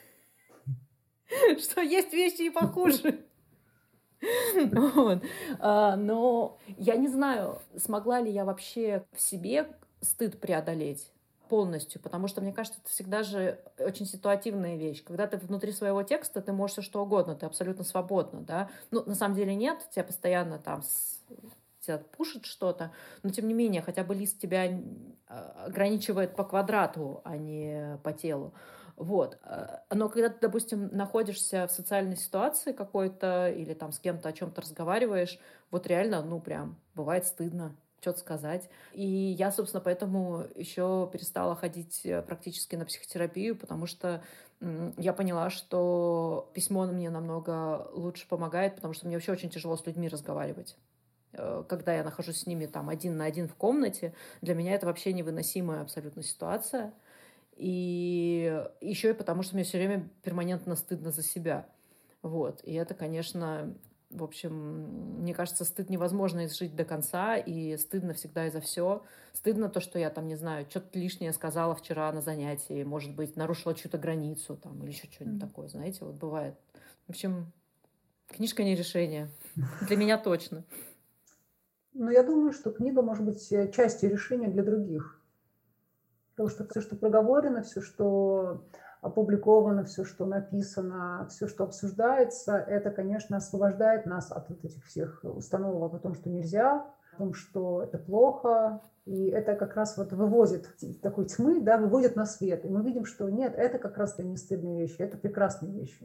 Что есть вещи и похуже. Вот. А, но я не знаю, смогла ли я вообще в себе стыд преодолеть полностью, потому что, мне кажется, это всегда же очень ситуативная вещь. Когда ты внутри своего текста, ты можешь все что угодно, ты абсолютно свободна, да. Ну, на самом деле нет, тебя постоянно там с... тебя пушит что-то, но тем не менее, хотя бы лист тебя ограничивает по квадрату, а не по телу. Вот. Но когда ты, допустим, находишься в социальной ситуации какой-то или там с кем-то о чем-то разговариваешь, вот реально, ну, прям бывает стыдно что-то сказать. И я, собственно, поэтому еще перестала ходить практически на психотерапию, потому что я поняла, что письмо мне намного лучше помогает, потому что мне вообще очень тяжело с людьми разговаривать. Когда я нахожусь с ними там один на один в комнате, для меня это вообще невыносимая абсолютно ситуация. И еще и потому, что мне все время перманентно стыдно за себя. Вот. И это, конечно, в общем, мне кажется, стыд невозможно изжить до конца, и стыдно всегда и за все. Стыдно то, что я там, не знаю, что-то лишнее сказала вчера на занятии, может быть, нарушила чью-то границу там, или еще что-нибудь mm-hmm. такое, знаете, вот бывает. В общем, книжка не решение. Для меня точно. Ну, я думаю, что книга может быть частью решения для других. Потому что все, что проговорено, все, что опубликовано, все, что написано, все, что обсуждается, это, конечно, освобождает нас от вот этих всех установок о том, что нельзя, о том, что это плохо. И это как раз вот выводит такой тьмы, да, выводит на свет. И мы видим, что нет, это как раз-то не стыдные вещи, это прекрасные вещи.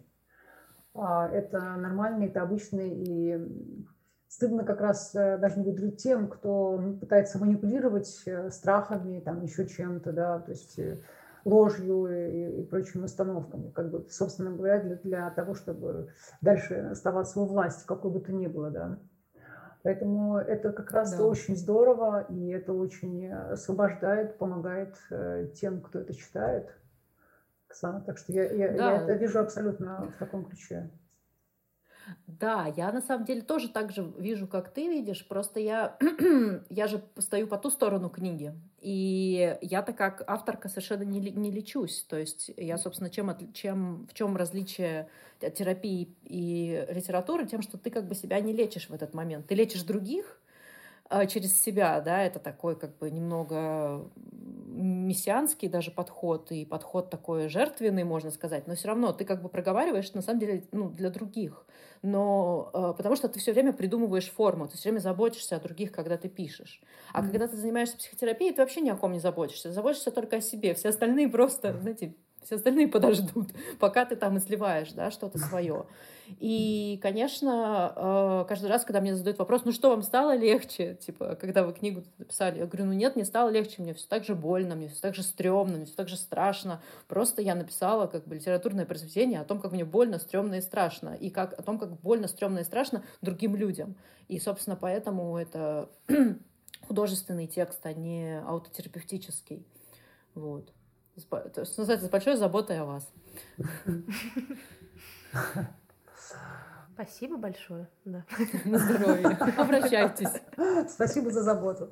Это нормальные, это обычные. И стыдно как раз даже не быть тем, кто пытается манипулировать страхами, там, еще чем-то, да, то есть ложью и, и прочими установками, как бы, собственно говоря, для, для того, чтобы дальше оставаться во власти, какой бы то ни было, да. Поэтому это как раз да. очень здорово, и это очень освобождает, помогает тем, кто это читает. Оксана, так что я, я, да. я это вижу абсолютно в таком ключе. Да, я на самом деле тоже так же вижу, как ты видишь, просто я, я же стою по ту сторону книги, и я-то как авторка совершенно не, не лечусь, то есть я, собственно, чем, чем, в чем различие терапии и литературы, тем, что ты как бы себя не лечишь в этот момент, ты лечишь других э, через себя, да, это такой как бы немного мессианский даже подход, и подход такой жертвенный, можно сказать, но все равно ты как бы проговариваешь, на самом деле, ну, для других, но э, потому что ты все время придумываешь форму, ты все время заботишься о других, когда ты пишешь. А mm-hmm. когда ты занимаешься психотерапией, ты вообще ни о ком не заботишься, заботишься только о себе, все остальные просто, знаете, все остальные подождут, пока ты там изливаешь, да, что-то свое. И, конечно, каждый раз, когда мне задают вопрос, ну что, вам стало легче, типа, когда вы книгу написали, я говорю, ну нет, не стало легче, мне все так же больно, мне все так же стрёмно, мне все так же страшно. Просто я написала как бы литературное произведение о том, как мне больно, стрёмно и страшно, и как, о том, как больно, стрёмно и страшно другим людям. И, собственно, поэтому это художественный текст, а не аутотерапевтический. Вот. Что называется, с большой заботой о вас. Спасибо большое. Да. На здоровье. Обращайтесь. Спасибо за заботу.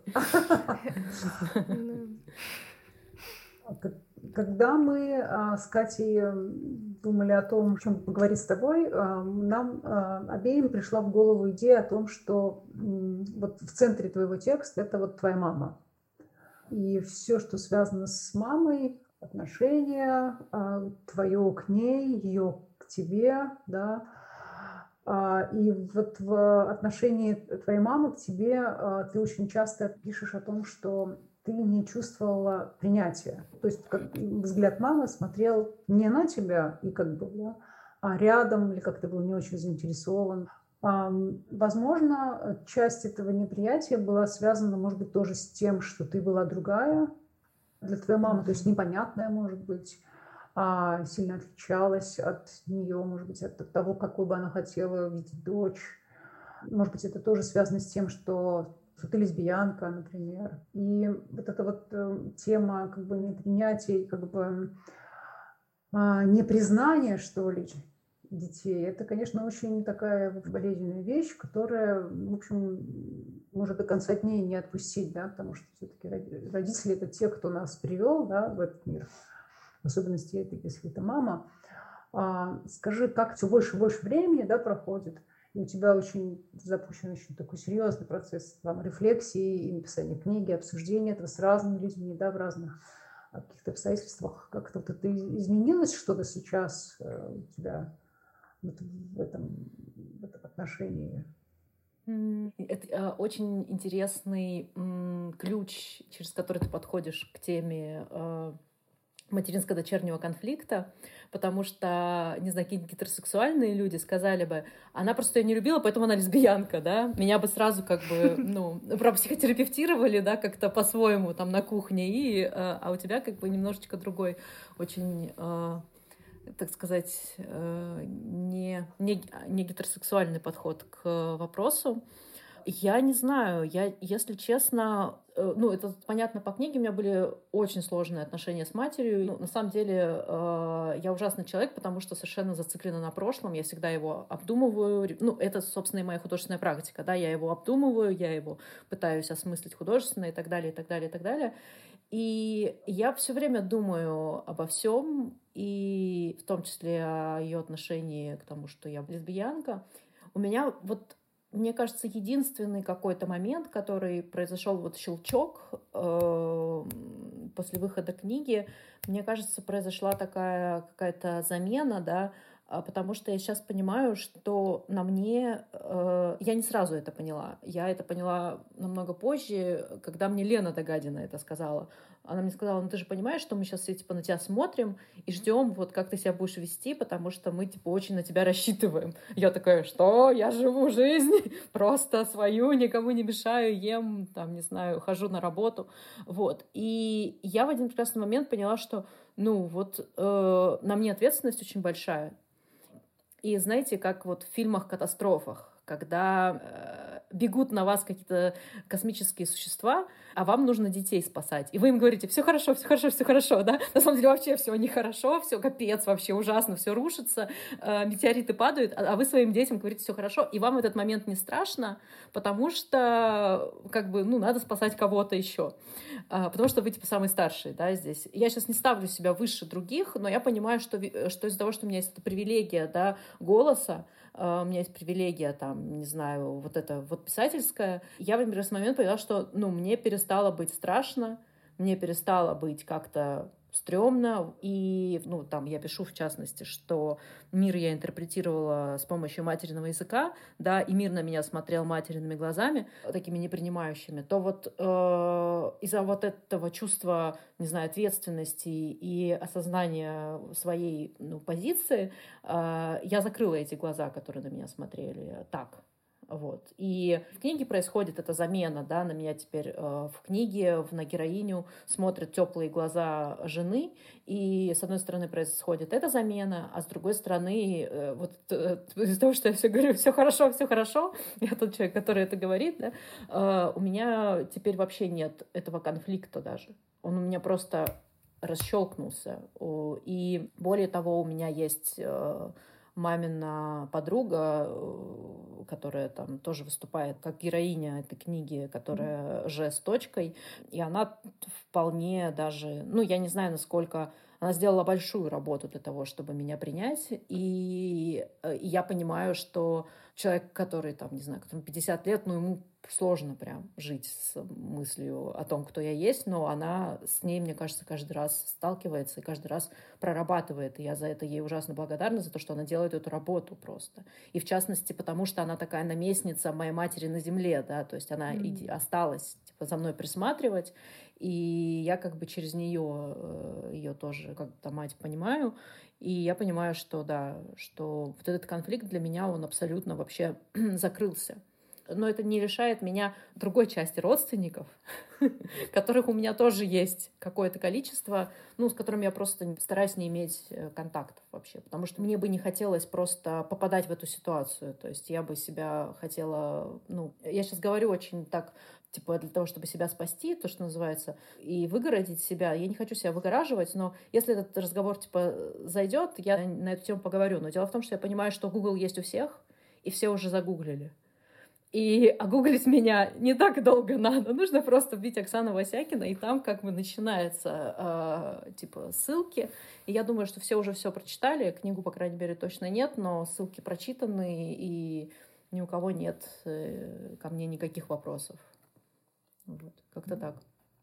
Когда мы с Катей думали о том, о чем поговорить с тобой, нам обеим пришла в голову идея о том, что вот в центре твоего текста это вот твоя мама. И все, что связано с мамой, отношения, твое к ней, ее к тебе, да. И вот в отношении твоей мамы к тебе ты очень часто пишешь о том, что ты не чувствовала принятия. То есть как взгляд мамы смотрел не на тебя и как бы, да, а рядом, или как-то был не очень заинтересован. Возможно, часть этого неприятия была связана, может быть, тоже с тем, что ты была другая для твоей мамы, то есть непонятная, может быть, сильно отличалась от нее, может быть, от того, какой бы она хотела увидеть дочь. Может быть, это тоже связано с тем, что ты лесбиянка, например. И вот эта вот тема как бы непринятия, как бы непризнания, что ли, детей, это, конечно, очень такая болезненная вещь, которая, в общем, может до конца дней не отпустить, да, потому что все-таки родители – это те, кто нас привел, да, в этот мир, в особенности, если это мама. А, скажи, как все больше и больше времени, да, проходит, и у тебя очень запущен очень такой серьезный процесс там, рефлексии и написания книги, обсуждения этого с разными людьми, да, в разных каких-то обстоятельствах. Как-то вот это изменилось что-то сейчас у тебя вот в этом, в этом отношении? Это очень интересный ключ, через который ты подходишь к теме материнско-дочернего конфликта, потому что, не знаю, какие-то гетеросексуальные люди сказали бы, она просто ее не любила, поэтому она лесбиянка, да, меня бы сразу как бы, ну, пропсихотерапевтировали, да, как-то по-своему там на кухне, и, а у тебя как бы немножечко другой, очень, так сказать, не, не, не гетеросексуальный подход к вопросу. Я не знаю, я, если честно, э, ну, это понятно по книге, у меня были очень сложные отношения с матерью. Ну, на самом деле, э, я ужасный человек, потому что совершенно зациклена на прошлом, я всегда его обдумываю. Ну, это, собственно, и моя художественная практика, да, я его обдумываю, я его пытаюсь осмыслить художественно и так далее, и так далее, и так далее. И я все время думаю обо всем, и в том числе о ее отношении к тому, что я лесбиянка. У меня вот, мне кажется, единственный какой-то момент, который произошел, вот щелчок э, после выхода книги, мне кажется, произошла такая какая-то замена, да, потому что я сейчас понимаю, что на мне... Э, я не сразу это поняла. Я это поняла намного позже, когда мне Лена Догадина это сказала. Она мне сказала, ну ты же понимаешь, что мы сейчас все типа на тебя смотрим и ждем, вот как ты себя будешь вести, потому что мы типа очень на тебя рассчитываем. Я такая, что? Я живу жизнь просто свою, никому не мешаю, ем, там, не знаю, хожу на работу. Вот. И я в один прекрасный момент поняла, что, ну вот, э, на мне ответственность очень большая. И знаете, как вот в фильмах-катастрофах, когда э, бегут на вас какие-то космические существа, а вам нужно детей спасать. И вы им говорите, все хорошо, все хорошо, все хорошо, да? На самом деле вообще все нехорошо, все капец, вообще ужасно, все рушится, э, метеориты падают, а, а вы своим детям говорите, все хорошо, и вам в этот момент не страшно, потому что, как бы, ну, надо спасать кого-то еще. Э, потому что вы, типа, самый старший, да, здесь. Я сейчас не ставлю себя выше других, но я понимаю, что, что из-за того, что у меня есть эта привилегия, да, голоса, у меня есть привилегия, там, не знаю, вот это вот писательская. Я в один момент поняла, что, ну, мне перестало быть страшно, мне перестало быть как-то стрёмно. И, ну, там я пишу, в частности, что мир я интерпретировала с помощью материного языка, да, и мир на меня смотрел материными глазами, такими непринимающими, то вот э, из-за вот этого чувства, не знаю, ответственности и осознания своей, ну, позиции э, я закрыла эти глаза, которые на меня смотрели так. Вот. И в книге происходит эта замена, да, на меня теперь э, в книге, в, на героиню смотрят теплые глаза жены, и с одной стороны происходит эта замена, а с другой стороны, э, вот э, из-за того, что я все говорю, все хорошо, все хорошо, я тот человек, который это говорит, да, э, у меня теперь вообще нет этого конфликта даже. Он у меня просто расщелкнулся. И более того, у меня есть... Э, мамина подруга, которая там тоже выступает как героиня этой книги, которая же с точкой, и она вполне даже, ну, я не знаю, насколько... Она сделала большую работу для того, чтобы меня принять, и, и я понимаю, что человек, который, там, не знаю, которому пятьдесят лет, ну, ему сложно прям жить с мыслью о том, кто я есть, но она с ней, мне кажется, каждый раз сталкивается и каждый раз прорабатывает, и я за это ей ужасно благодарна, за то, что она делает эту работу просто. И в частности, потому что она такая наместница моей матери на земле, да, то есть она mm-hmm. осталась типа, за мной присматривать, и я как бы через нее ее тоже как-то мать понимаю, и я понимаю, что да, что вот этот конфликт для меня, он абсолютно вообще закрылся. Но это не лишает меня другой части родственников, которых у меня тоже есть какое-то количество, ну, с которыми я просто стараюсь не иметь контактов вообще, потому что мне бы не хотелось просто попадать в эту ситуацию, то есть я бы себя хотела, ну, я сейчас говорю очень так, типа, для того, чтобы себя спасти, то, что называется, и выгородить себя. Я не хочу себя выгораживать, но если этот разговор, типа, зайдет, я на эту тему поговорю. Но дело в том, что я понимаю, что Google есть у всех, и все уже загуглили. И огуглить меня не так долго надо. Нужно просто вбить Оксана Васякина, и там как бы начинаются э, типа ссылки. И я думаю, что все уже все прочитали. Книгу, по крайней мере, точно нет, но ссылки прочитаны, и ни у кого нет э, ко мне никаких вопросов. Вот, как-то так.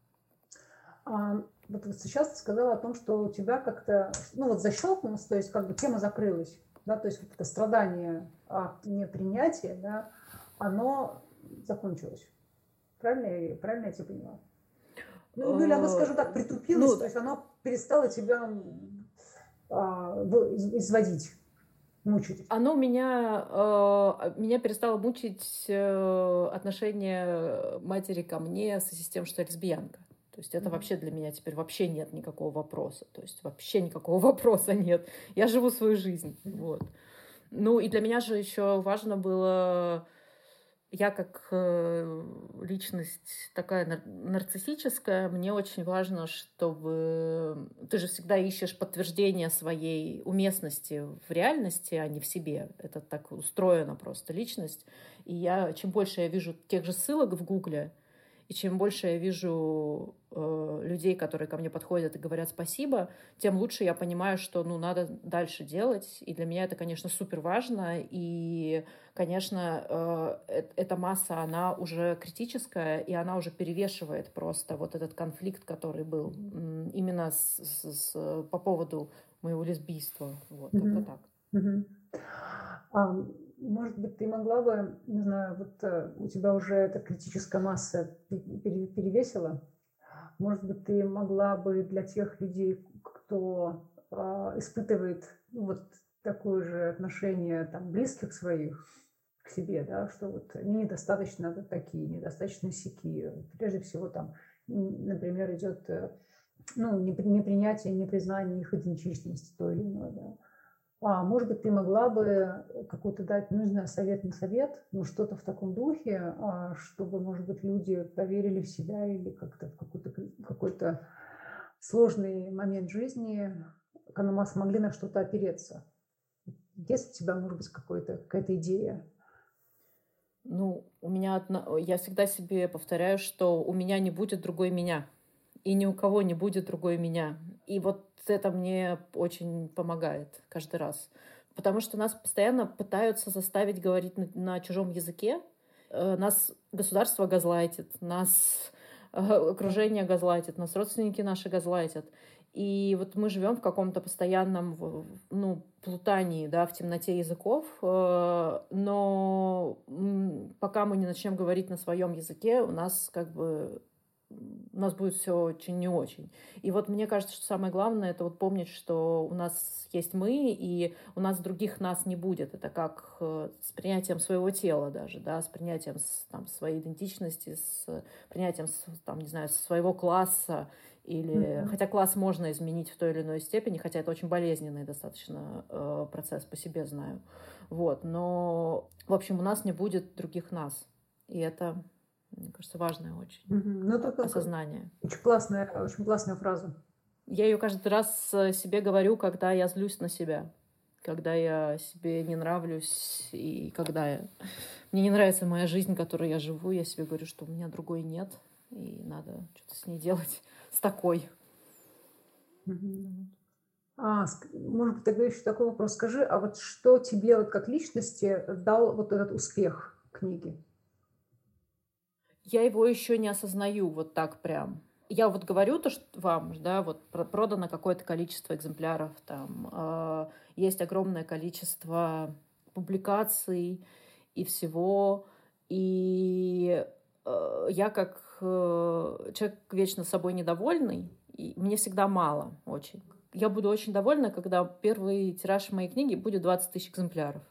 А, вот сейчас ты сказала о том, что у тебя как-то, ну вот защелкнулось, то есть как бы тема закрылась, да, то есть вот это страдание от непринятия, да, оно закончилось. Правильно, правильно я тебя поняла? Ну, или оно, скажем так, притупилось, ну, то есть оно перестало тебя а, изводить. Мучить. Оно меня, э, меня перестало мучить э, отношение матери ко мне в связи с тем, что я лесбиянка. То есть это mm-hmm. вообще для меня теперь вообще нет никакого вопроса. То есть вообще никакого вопроса нет. Я живу свою жизнь. Mm-hmm. Вот. Ну и для меня же еще важно было Я как э, личность такая нар- нарциссическая, мне очень важно, чтобы... Ты же всегда ищешь подтверждение своей уместности в реальности, а не в себе. Это так устроена просто личность. И я, чем больше я вижу тех же ссылок в Гугле, и чем больше я вижу э, людей, которые ко мне подходят и говорят спасибо, тем лучше я понимаю, что ну, надо дальше делать. И для меня это, конечно, супер важно. И, конечно, э, эта масса, она уже критическая, и она уже перевешивает просто вот этот конфликт, который был именно с, с, с, по поводу моего лесбийства. Вот, mm-hmm. как-то так. Mm-hmm. Um... Может быть, ты могла бы, не знаю, вот э, у тебя уже эта критическая масса перевесила, может быть, ты могла бы для тех людей, кто э, испытывает ну, вот такое же отношение там, близких своих к себе, да, что вот они недостаточно вот такие, недостаточно сякие. Прежде всего, там, например, идет ну, непринятие, непризнание их идентичности той или иной, да. А, может быть, ты могла бы какой-то дать, ну, не знаю, совет на совет, ну, что-то в таком духе, чтобы, может быть, люди поверили в себя или как-то в какой-то, какой-то сложный момент жизни, когда смогли на что-то опереться. Есть у тебя, может быть, какой-то, какая-то идея? Ну, у меня одна... Я всегда себе повторяю, что у меня не будет другой меня. И ни у кого не будет другой меня. И вот это мне очень помогает каждый раз. Потому что нас постоянно пытаются заставить говорить на, на чужом языке. Нас государство газлайтит, нас окружение газлайтит, нас родственники наши газлайтят. И вот мы живем в каком-то постоянном, ну, плутании, да, в темноте языков, но пока мы не начнем говорить на своем языке, у нас как бы у нас будет все очень не очень. И вот мне кажется, что самое главное — это вот помнить, что у нас есть мы, и у нас других нас не будет. Это как с принятием своего тела даже, да, с принятием там, своей идентичности, с принятием, там, не знаю, своего класса. Или... Mm-hmm. Хотя класс можно изменить в той или иной степени, хотя это очень болезненный достаточно э, процесс, по себе знаю. Вот. Но, в общем, у нас не будет других нас. И это... Мне кажется, важное очень mm-hmm. ну, только осознание. Очень классная, очень классная фраза. Я ее каждый раз себе говорю, когда я злюсь на себя, когда я себе не нравлюсь, и когда я... мне не нравится моя жизнь, которой я живу, я себе говорю, что у меня другой нет, и надо что-то с ней делать, с такой. Mm-hmm. А, может быть, тогда еще такой вопрос. Скажи, а вот что тебе вот как личности дал вот этот успех книги? Я его еще не осознаю вот так прям. Я вот говорю то, что вам, да, вот продано какое-то количество экземпляров, там э, есть огромное количество публикаций и всего, и э, я как э, человек вечно собой недовольный, и мне всегда мало очень. Я буду очень довольна, когда первый тираж моей книги будет двадцать тысяч экземпляров.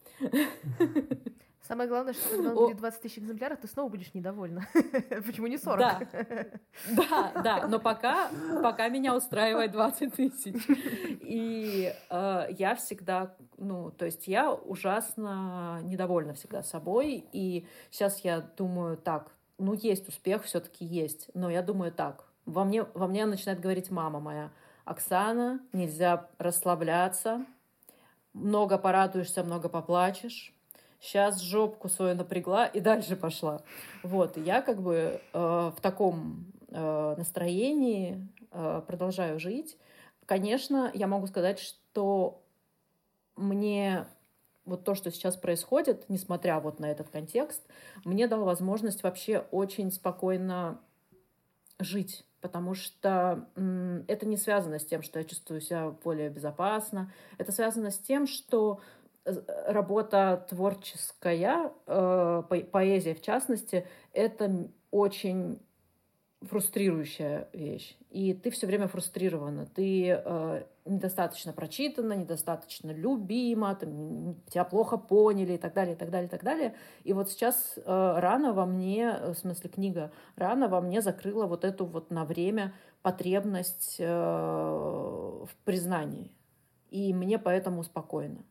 Самое главное, что когда он будет двадцать тысяч экземпляров, ты снова будешь недовольна. Почему не сорок? Да, да, да. Но пока, пока меня устраивает двадцать тысяч. И э, я всегда, ну, то есть я ужасно недовольна всегда собой. И сейчас я думаю так, ну, есть успех, все-таки есть. Но я думаю так, во мне, во мне начинает говорить мама моя: Оксана, нельзя расслабляться, много порадуешься, много поплачешь. Сейчас жопку свою напрягла и дальше пошла. Вот, и я как бы э, в таком э, настроении э, продолжаю жить. Конечно, я могу сказать, что мне вот то, что сейчас происходит, несмотря вот на этот контекст, мне дало возможность вообще очень спокойно жить, потому что м, это не связано с тем, что я чувствую себя более безопасно. Это связано с тем, что работа творческая, э, по- поэзия в частности, это очень фрустрирующая вещь. И ты все время фрустрирована. Ты э, недостаточно прочитана, недостаточно любима, там, тебя плохо поняли и так далее, и так далее, и так далее. И вот сейчас э, рана во мне, в смысле книга, рана во мне закрыла вот эту вот на время потребность э, в признании. И мне поэтому спокойно.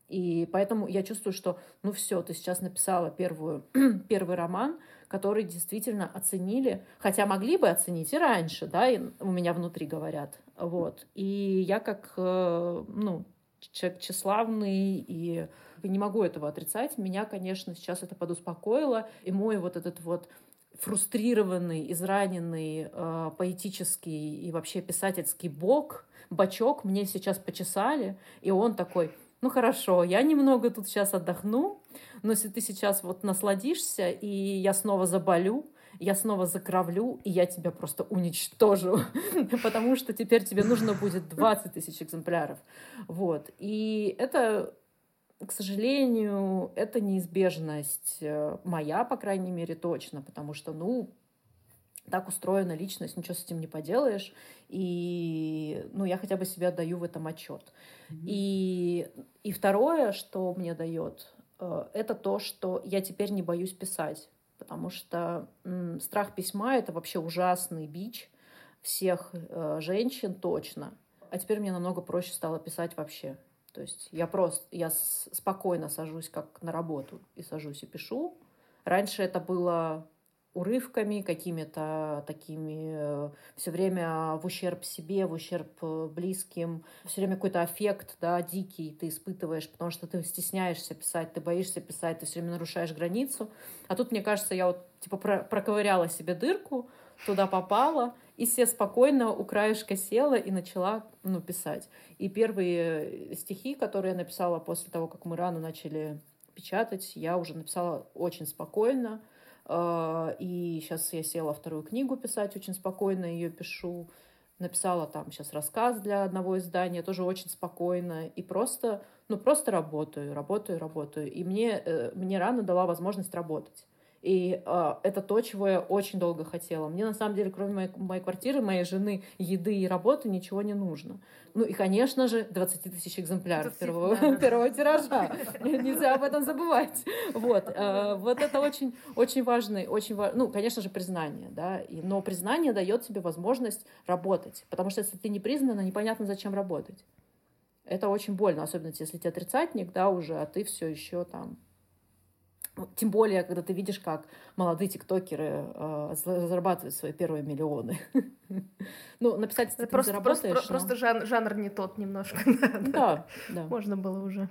И поэтому я чувствую, что ну все, ты сейчас написала первую, первый роман, который действительно оценили, хотя могли бы оценить и раньше, да, и у меня внутри говорят. Вот. И я как, ну, человек тщеславный и не могу этого отрицать. Меня, конечно, сейчас это подуспокоило. И мой вот этот вот фрустрированный, израненный, э, поэтический и вообще писательский бок, бочок мне сейчас почесали, и он такой: ну хорошо, я немного тут сейчас отдохну, но если ты сейчас вот насладишься, и я снова заболю, я снова закровлю, и я тебя просто уничтожу, потому что теперь тебе нужно будет двадцать тысяч экземпляров. Вот. И это, к сожалению, это неизбежность моя, по крайней мере, точно, потому что, ну, так устроена личность, ничего с этим не поделаешь, и, ну, я хотя бы себе отдаю в этом отчет. Mm-hmm. И, и второе, что мне дает, это то, что я теперь не боюсь писать, потому что м, страх письма — это вообще ужасный бич всех э, женщин точно, а теперь мне намного проще стало писать вообще. То есть я просто, я с, спокойно сажусь как на работу и сажусь и пишу. Раньше это было урывками, какими-то такими, э, все время в ущерб себе, в ущерб близким, все время какой-то аффект, да, дикий ты испытываешь, потому что ты стесняешься писать, ты боишься писать, ты все время нарушаешь границу. А тут, мне кажется, я вот типа про- проковыряла себе дырку, туда попала, и все спокойно у краешка села и начала, ну, писать. И первые стихи, которые я написала после того, как мы рано начали печатать, я уже написала очень спокойно. И сейчас я села вторую книгу писать, очень спокойно ее пишу. Написала там сейчас рассказ для одного издания, тоже очень спокойно. И просто, ну, просто работаю, работаю, работаю. И мне, мне рано дала возможность работать. И э, это то, чего я очень долго хотела. Мне, на самом деле, кроме моей, моей квартиры, моей жены, еды и работы ничего не нужно. Ну и, конечно же, двадцать тысяч экземпляров первого, да, первого тиража. Нельзя об этом забывать. Вот, э, вот это очень, очень важный, очень ва... ну, конечно же, признание, да. И, но признание дает тебе возможность работать. Потому что если ты не признана, непонятно, зачем работать. Это очень больно, особенно если ты отрицательник, да, уже, а ты все еще там. Тем более, когда ты видишь, как молодые тиктокеры э, зарабатывают свои первые миллионы. Ну, написать ты не заработаешь. Просто, просто жанр, жанр не тот немножко. Да, да. Можно было уже.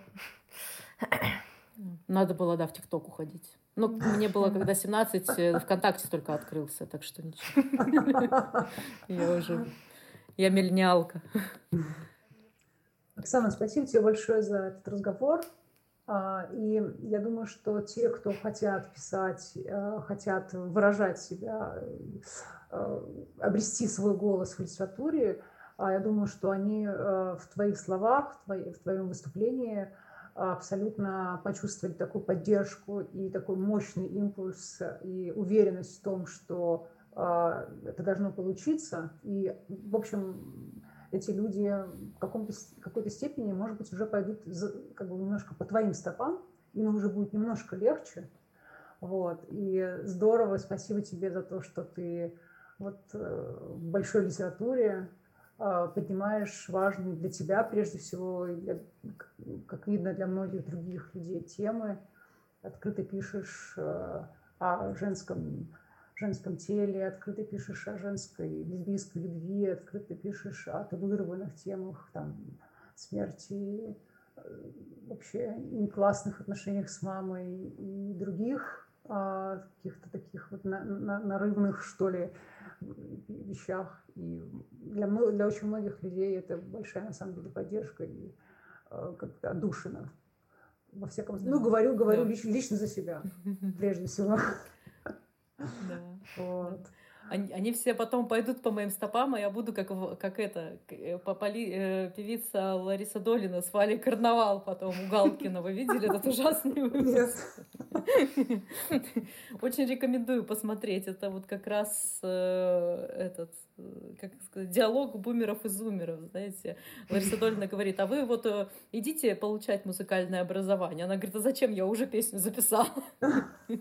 Надо было, да, в ТикТок уходить. Но мне было, когда семнадцать, ВКонтакте только открылся, так что ничего. Я уже... Я миллениалка. Оксана, спасибо тебе большое за этот разговор. И я думаю, что те, кто хотят писать, хотят выражать себя, обрести свой голос в литературе, я думаю, что они в твоих словах, в твоем выступлении абсолютно почувствовали такую поддержку и такой мощный импульс и уверенность в том, что это должно получиться. И, в общем, эти люди в каком-то, какой-то степени, может быть, уже пойдут как бы немножко по твоим стопам, им уже будет немножко легче. Вот. И здорово, спасибо тебе за то, что ты вот в большой литературе поднимаешь важные для тебя, прежде всего, и для, как видно, для многих других людей темы. Открыто пишешь о женском женском теле, открыто пишешь о женской лесбийской любви, открыто пишешь о табуированных темах, там, смерти, вообще неклассных отношениях с мамой и других а, каких-то таких вот на, на, нарывных, что ли, вещах. И для, для очень многих людей это большая, на самом деле, поддержка и а, как-то отдушина. Во всяком случае, да. Ну, говорю, говорю да. лично, лично за себя, прежде всего. Да. Вот. Они, они все потом пойдут по моим стопам, а я буду как, как это, поли, э, певица Лариса Долина с Валей Карнавал потом у Галкина. Вы видели этот ужасный выпуск? Yes. Очень рекомендую посмотреть. Это вот как раз э, этот как сказать, диалог бумеров и зумеров, знаете. Лариса Долина говорит, а вы вот идите получать музыкальное образование. Она говорит, а зачем, я уже песню записала. Ну,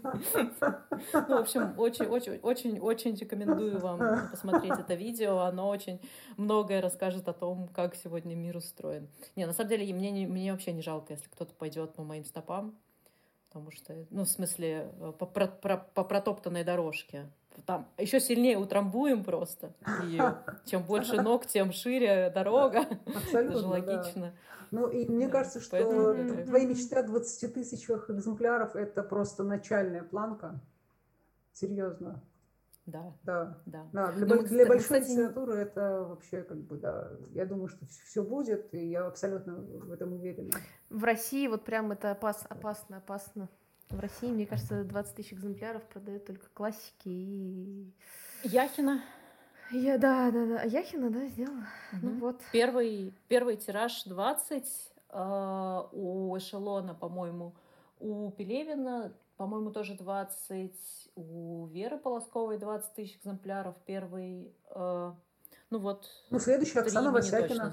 в общем, очень-очень-очень рекомендую вам посмотреть это видео. Оно очень многое расскажет о том, как сегодня мир устроен. Не, на самом деле, мне, мне вообще не жалко, если кто-то пойдет по моим стопам. Потому что, ну, в смысле, по, по, по протоптанной дорожке. Там еще сильнее утрамбуем просто ее. Чем больше ног, тем шире дорога. Абсолютно, это же логично. Да. Ну, и мне да. кажется, что Поэтому... твои мечты о двадцати тысячах экземпляров – это просто начальная планка. Серьезно. Да, да, да. да. Для, ну, для большой кстати... литературы это вообще как бы, да, я думаю, что все будет, и я абсолютно в этом уверена. В России вот прям это опас, опасно, опасно. В России, мне кажется, двадцать тысяч экземпляров продают только классики и... Яхина. Я, да, да, да. Яхина, да, сделала. Угу. Ну вот. Первый, первый тираж двадцать, э, у Эшелона, по-моему, у Пелевина, по-моему, тоже двадцать, у Веры Полосковой двадцать тысяч экземпляров. Первый, э, ну вот. Ну, следующий Оксана Васякина.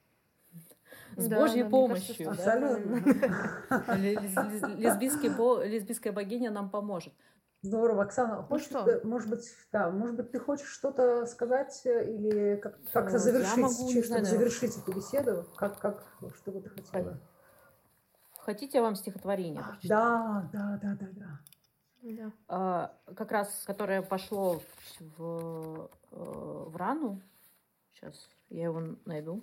С да, Божьей да, помощью. Кажется, да? Лесбийская богиня нам поможет. Здорово, Оксана. Хочешь, ну что? Может быть, да, может быть, ты хочешь что-то сказать или как- как-то завершить, могу, чисто знаю, завершить эту беседу? Как, как, что бы ты хотела? Хотите, я вам стихотворение прочитаю? Да, да, да, да, да. да. А, как раз, которое пошло в, в, в рану. Сейчас я его найду.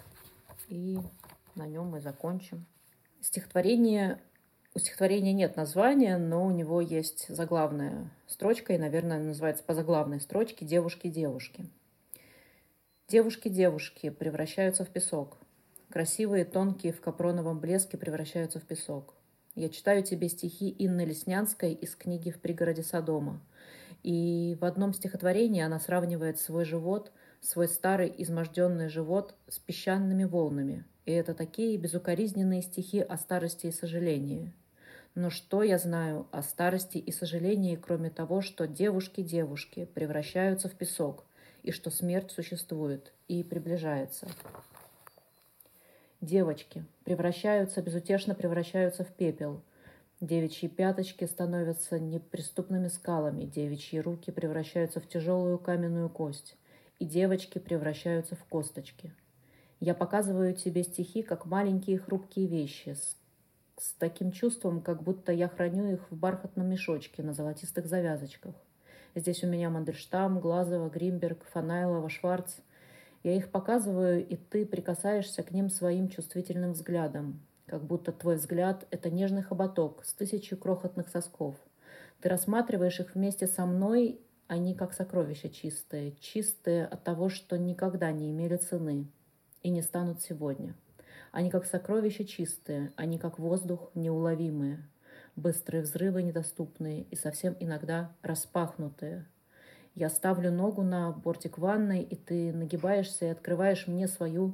И на нем мы закончим. Стихотворение... У стихотворения нет названия, но у него есть заглавная строчка, и, наверное, называется по заглавной строчке «Девушки-девушки». Девушки-девушки превращаются в песок. Красивые, тонкие, в капроновом блеске превращаются в песок. Я читаю тебе стихи Инны Леснянской из книги «В пригороде Содома». И в одном стихотворении она сравнивает свой живот, свой старый изможденный живот с песчаными волнами. И это такие безукоризненные стихи о старости и сожалении. Но что я знаю о старости и сожалении, кроме того, что девушки-девушки превращаются в песок, и что смерть существует и приближается. Девочки превращаются, безутешно превращаются в пепел. Девичьи пяточки становятся неприступными скалами, девичьи руки превращаются в тяжелую каменную кость, и девочки превращаются в косточки. Я показываю тебе стихи, как маленькие хрупкие вещи, с, с таким чувством, как будто я храню их в бархатном мешочке на золотистых завязочках. Здесь у меня Мандельштам, Глазова, Гринберг, Фанайлова, Шварц. Я их показываю, и ты прикасаешься к ним своим чувствительным взглядом, как будто твой взгляд — это нежный хоботок с тысячей крохотных сосков. Ты рассматриваешь их вместе со мной, они как сокровища чистые, чистые от того, что никогда не имели цены и не станут сегодня. Они как сокровища чистые, они как воздух неуловимые, быстрые взрывы недоступные и совсем иногда распахнутые. Я ставлю ногу на бортик ванной, и ты нагибаешься и открываешь мне свою,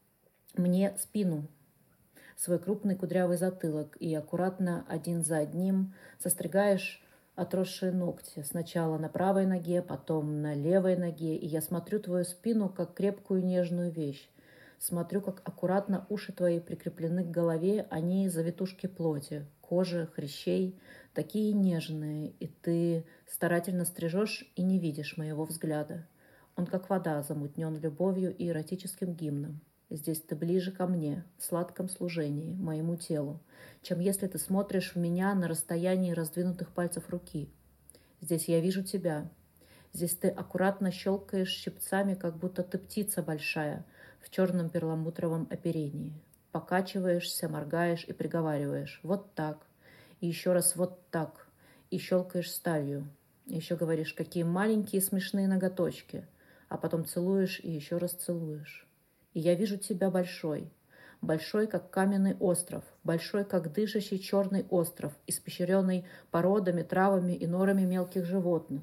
мне спину, свой крупный кудрявый затылок, и аккуратно один за одним состригаешь отросшие ногти. Сначала на правой ноге, потом на левой ноге, и я смотрю твою спину, как крепкую нежную вещь. Смотрю, как аккуратно уши твои прикреплены к голове, они завитушки плоти, кожи, хрящей, такие нежные, и ты старательно стрижешь и не видишь моего взгляда. Он как вода, замутнен любовью и эротическим гимном. Здесь ты ближе ко мне, в сладком служении, моему телу, чем если ты смотришь в меня на расстоянии раздвинутых пальцев руки. Здесь я вижу тебя. Здесь ты аккуратно щелкаешь щипцами, как будто ты птица большая, в черном перламутровом оперении. Покачиваешься, моргаешь и приговариваешь. Вот так. И еще раз вот так. И щелкаешь сталью. И еще говоришь, какие маленькие смешные ноготочки. А потом целуешь и еще раз целуешь. И я вижу тебя большой. Большой, как каменный остров. Большой, как дышащий черный остров, испещренный породами, травами и норами мелких животных.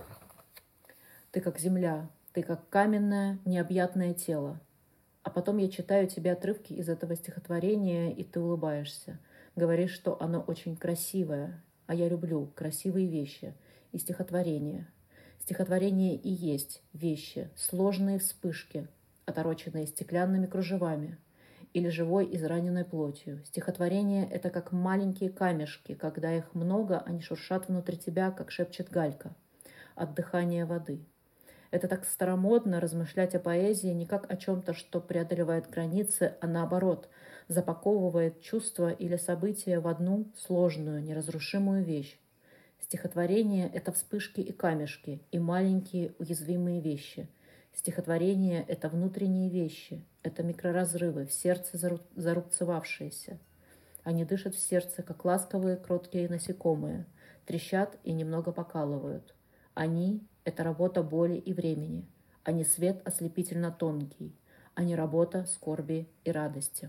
Ты как земля. Ты как каменное, необъятное тело. А потом я читаю тебе отрывки из этого стихотворения, и ты улыбаешься. Говоришь, что оно очень красивое. А я люблю красивые вещи и стихотворения. Стихотворение и есть вещи, сложные вспышки, отороченные стеклянными кружевами или живой израненной плотью. Стихотворение — это как маленькие камешки, когда их много, они шуршат внутри тебя, как шепчет галька от дыхания воды. Это так старомодно размышлять о поэзии не как о чем-то, что преодолевает границы, а наоборот, запаковывает чувства или события в одну сложную, неразрушимую вещь. Стихотворение — это вспышки и камешки, и маленькие уязвимые вещи. Стихотворение — это внутренние вещи, это микроразрывы, в сердце зарубцевавшиеся. Они дышат в сердце, как ласковые, кроткие насекомые, трещат и немного покалывают. Они — это работа боли и времени, они свет ослепительно тонкий, они работа скорби и радости.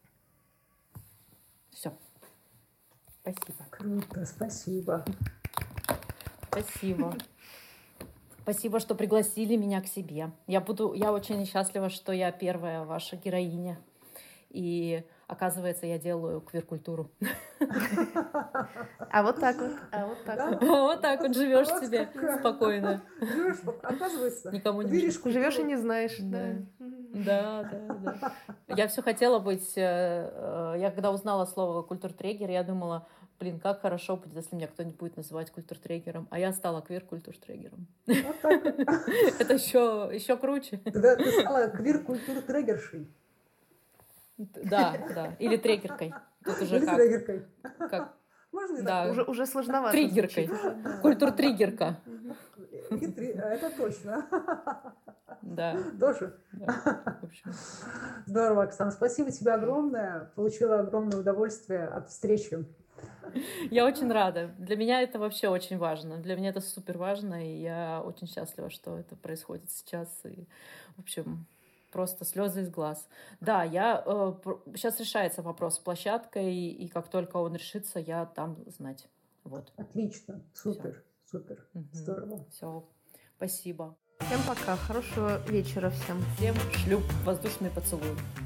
Все. Спасибо. Круто, спасибо. Спасибо. Спасибо, что пригласили меня к себе. Я буду, я очень счастлива, что я первая ваша героиня. И оказывается, я делаю квир-культуру. А вот так вот. А вот так вот. Вот так вот живешь себе спокойно. Живешь, оказывается, никому не веришь, живешь и не знаешь. Да. Да, да, да. Я все хотела быть... Я когда узнала слово культуртрегер, я думала, блин, как хорошо будет, если меня кто-нибудь будет называть культуртрегером. А я стала квир-культуртрегером. Вот так вот. Это еще, еще круче. Тогда ты стала квир-культуртрегершей. Да, да. Или трегеркой. Тут уже Или как? трегеркой. Как? Можно да. Уже, уже сложновато. Триггеркой. Культуртриггерка. Это точно. Да. Тоже. Да. В общем. Здорово, Оксана. Спасибо тебе огромное. Получила огромное удовольствие от встречи. Я очень рада. Для меня это вообще очень важно. Для меня это супер важно, и я очень счастлива, что это происходит сейчас. И, в общем, просто слезы из глаз. Да, я э, сейчас решается вопрос с площадкой, и, и как только он решится, я дам знать. Вот. Отлично, супер, Всё. супер, Угу. здорово. Все, спасибо. Всем пока, хорошего вечера всем. Всем шлюп, воздушный поцелуй.